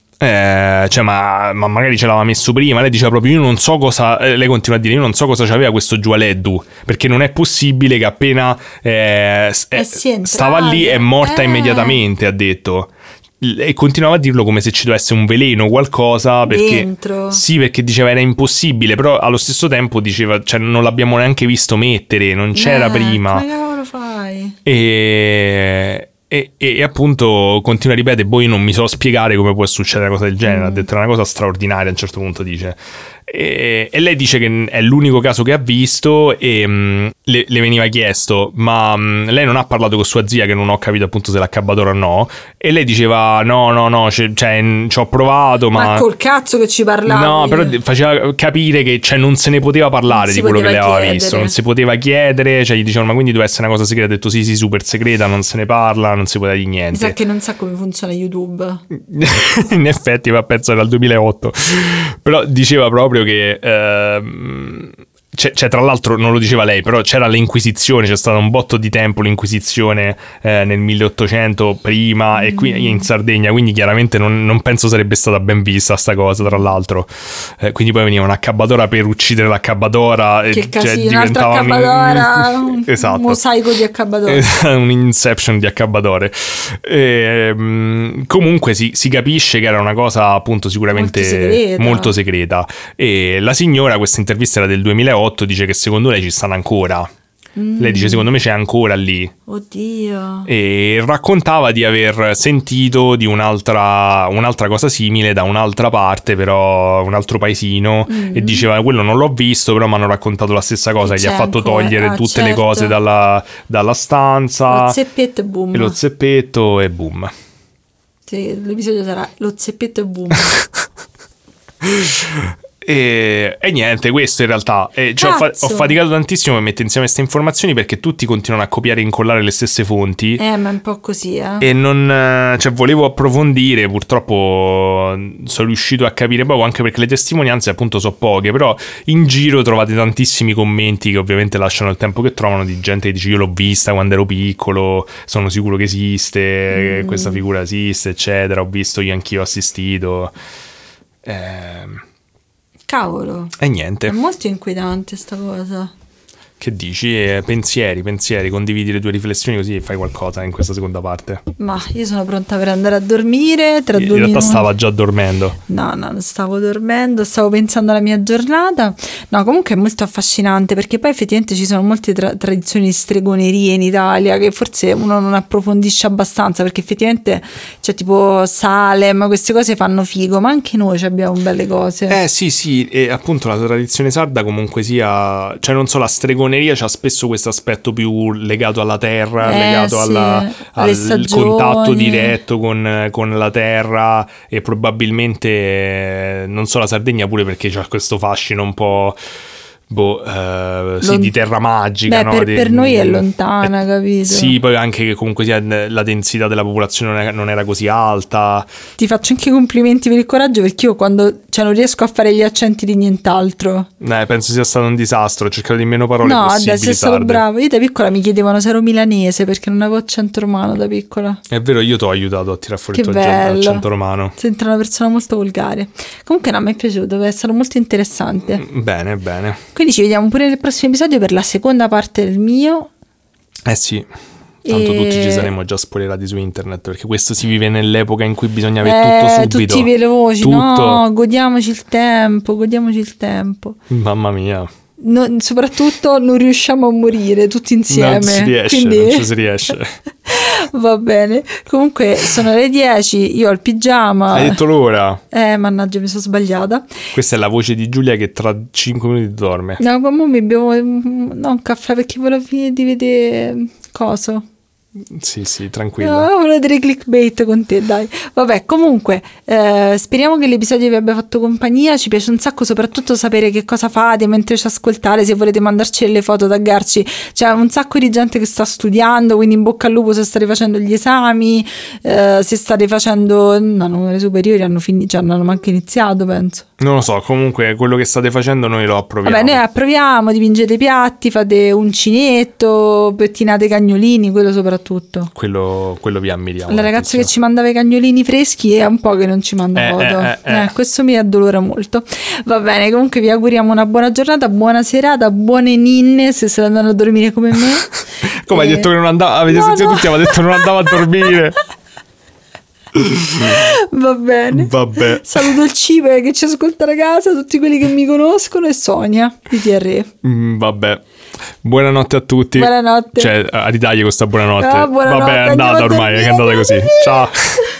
magari ce l'aveva messo prima. Lei diceva proprio io non so cosa, lei continua a dire io non so cosa c'aveva questo giualeddu perché non è possibile che appena stava lì è morta immediatamente, ha detto. E continuava a dirlo come se ci dovesse un veleno, qualcosa perché dentro. Sì, perché diceva era impossibile, però allo stesso tempo diceva cioè non l'abbiamo neanche visto mettere, non c'era prima. Come cavolo fai? E appunto continua a ripetere io non mi so spiegare come può succedere una cosa del genere. Ha detto è una cosa straordinaria a un certo punto dice E lei dice che è l'unico caso che ha visto e le veniva chiesto, ma lei non ha parlato con sua zia, che non ho capito appunto se l'accabadora o no, e lei diceva no, cioè ci ho provato, ma col cazzo che ci parlavi. No, però faceva capire che non se ne poteva parlare di quello che lei aveva visto, non si poteva chiedere, cioè gli dicevano ma quindi deve essere una cosa segreta, ha detto sì, super segreta, non se ne parla, non si può dire niente. Mi sa che non sa come funziona YouTube. In effetti, ma penso era il 2008. Però diceva proprio che c'è, tra l'altro non lo diceva lei, però c'era l'Inquisizione, c'è stato un botto di tempo l'Inquisizione nel 1800 prima e qui in Sardegna, quindi chiaramente non penso sarebbe stata ben vista sta cosa, tra l'altro. Quindi poi veniva un'accabadora per uccidere l'accabadora, che casino, diventava un'altra accabadora, esatto, un mosaico di accabadore, un inception di accabadore. Comunque si capisce che era una cosa appunto sicuramente molto segreta. E la signora, questa intervista era del 2008, dice che secondo lei ci stanno ancora. Lei dice secondo me c'è ancora lì. Oddio. E raccontava di aver sentito di un'altra cosa simile da un'altra parte, però un altro paesino, e diceva quello non l'ho visto, però mi hanno raccontato la stessa cosa, che gli ha fatto ancora togliere tutte le certo. cose dalla stanza, lo zeppetto e boom. e lo zeppetto e boom. Sì, l'episodio sarà lo zeppetto e boom. E niente, questo in realtà ho faticato tantissimo per mettere insieme queste informazioni, perché tutti continuano a copiare e incollare le stesse fonti, ma è un po' così, e non, volevo approfondire, purtroppo sono riuscito a capire poco, anche perché le testimonianze appunto sono poche, però in giro trovate tantissimi commenti che ovviamente lasciano il tempo che trovano, di gente che dice io l'ho vista quando ero piccolo, sono sicuro che esiste, questa figura esiste, eccetera, ho visto, io anch'io ho assistito. Cavolo. E niente. È molto inquietante sta cosa. Che dici? Pensieri, condividi le tue riflessioni così fai qualcosa in questa seconda parte. Ma io sono pronta per andare a dormire tra 2 minuti. In realtà stava già dormendo. No, non stavo dormendo, stavo pensando alla mia giornata. No, comunque è molto affascinante, perché poi effettivamente ci sono molte tradizioni di stregonerie in Italia che forse uno non approfondisce abbastanza, perché effettivamente c'è tipo Salem, queste cose fanno figo, ma anche noi abbiamo belle cose. Sì, e appunto la tradizione sarda comunque sia, cioè non so, la stregoneria c'ha spesso questo aspetto più legato alla terra, legato sì, al contatto diretto con la terra, e probabilmente non so, la Sardegna pure perché c'ha questo fascino un po' di terra magica. Beh, no? per noi è lontana, capito? Sì, poi anche che comunque sia la densità della popolazione non era così alta. Ti faccio anche i complimenti per il coraggio, perché io quando non riesco a fare gli accenti di nient'altro. Penso sia stato un disastro, ho cercato di meno parole possibili. No, sei stato bravo. Io da piccola mi chiedevano se ero milanese, perché non avevo accento romano da piccola. È vero, io ti ho aiutato a tirare fuori che il tuo accento romano. Sembra una persona molto volgare. Comunque no, mi è piaciuto, è stato molto interessante. Bene. Quindi ci vediamo pure nel prossimo episodio per la seconda parte del mio. Sì. Tanto tutti ci saremo già spoilerati su internet, perché questo si vive nell'epoca in cui bisogna avere tutto subito. Tutti veloci, tutto. No, godiamoci il tempo. Mamma mia. Soprattutto non riusciamo a morire tutti insieme. Non si riesce, quindi... non ci si riesce. Va bene. Comunque sono le 10, io ho il pigiama. Hai detto l'ora? Mannaggia, mi sono sbagliata. Questa è la voce di Giulia che tra 5 minuti dorme. No, comunque mi bevo un caffè, perché volevo finire di vedere coso. Sì, tranquilla. No, volevo vedere clickbait con te, dai. Vabbè, comunque speriamo che l'episodio vi abbia fatto compagnia. Ci piace un sacco soprattutto sapere che cosa fate mentre ci ascoltate. Se volete mandarci delle foto, taggarci. C'è un sacco di gente che sta studiando, quindi in bocca al lupo se state facendo gli esami, se state facendo... No, le superiori hanno finito, cioè non hanno manco iniziato, penso. Non lo so, comunque quello che state facendo noi lo approviamo. Vabbè, noi approviamo, dipingete piatti, fate uncinetto, pettinate cagnolini, quello soprattutto. Quello vi ammiriamo. La ragazza che ci mandava i cagnolini freschi è un po' che non ci manda foto. Questo mi addolora molto. Va bene, comunque vi auguriamo una buona giornata, buona serata, buone ninne se state andando a dormire come me. Come hai detto che non andava? Avete sentito tutti, aveva detto che non andava a dormire. Va bene. Vabbè. Saluto il Cipe che ci ascolta da casa, tutti quelli che mi conoscono, e Sonia di TR. Vabbè. Buonanotte a tutti. Buonanotte. Cioè, a ridagli questa buonanotte. Buonanotte. Vabbè, è andata ormai, è andata così. Ciao.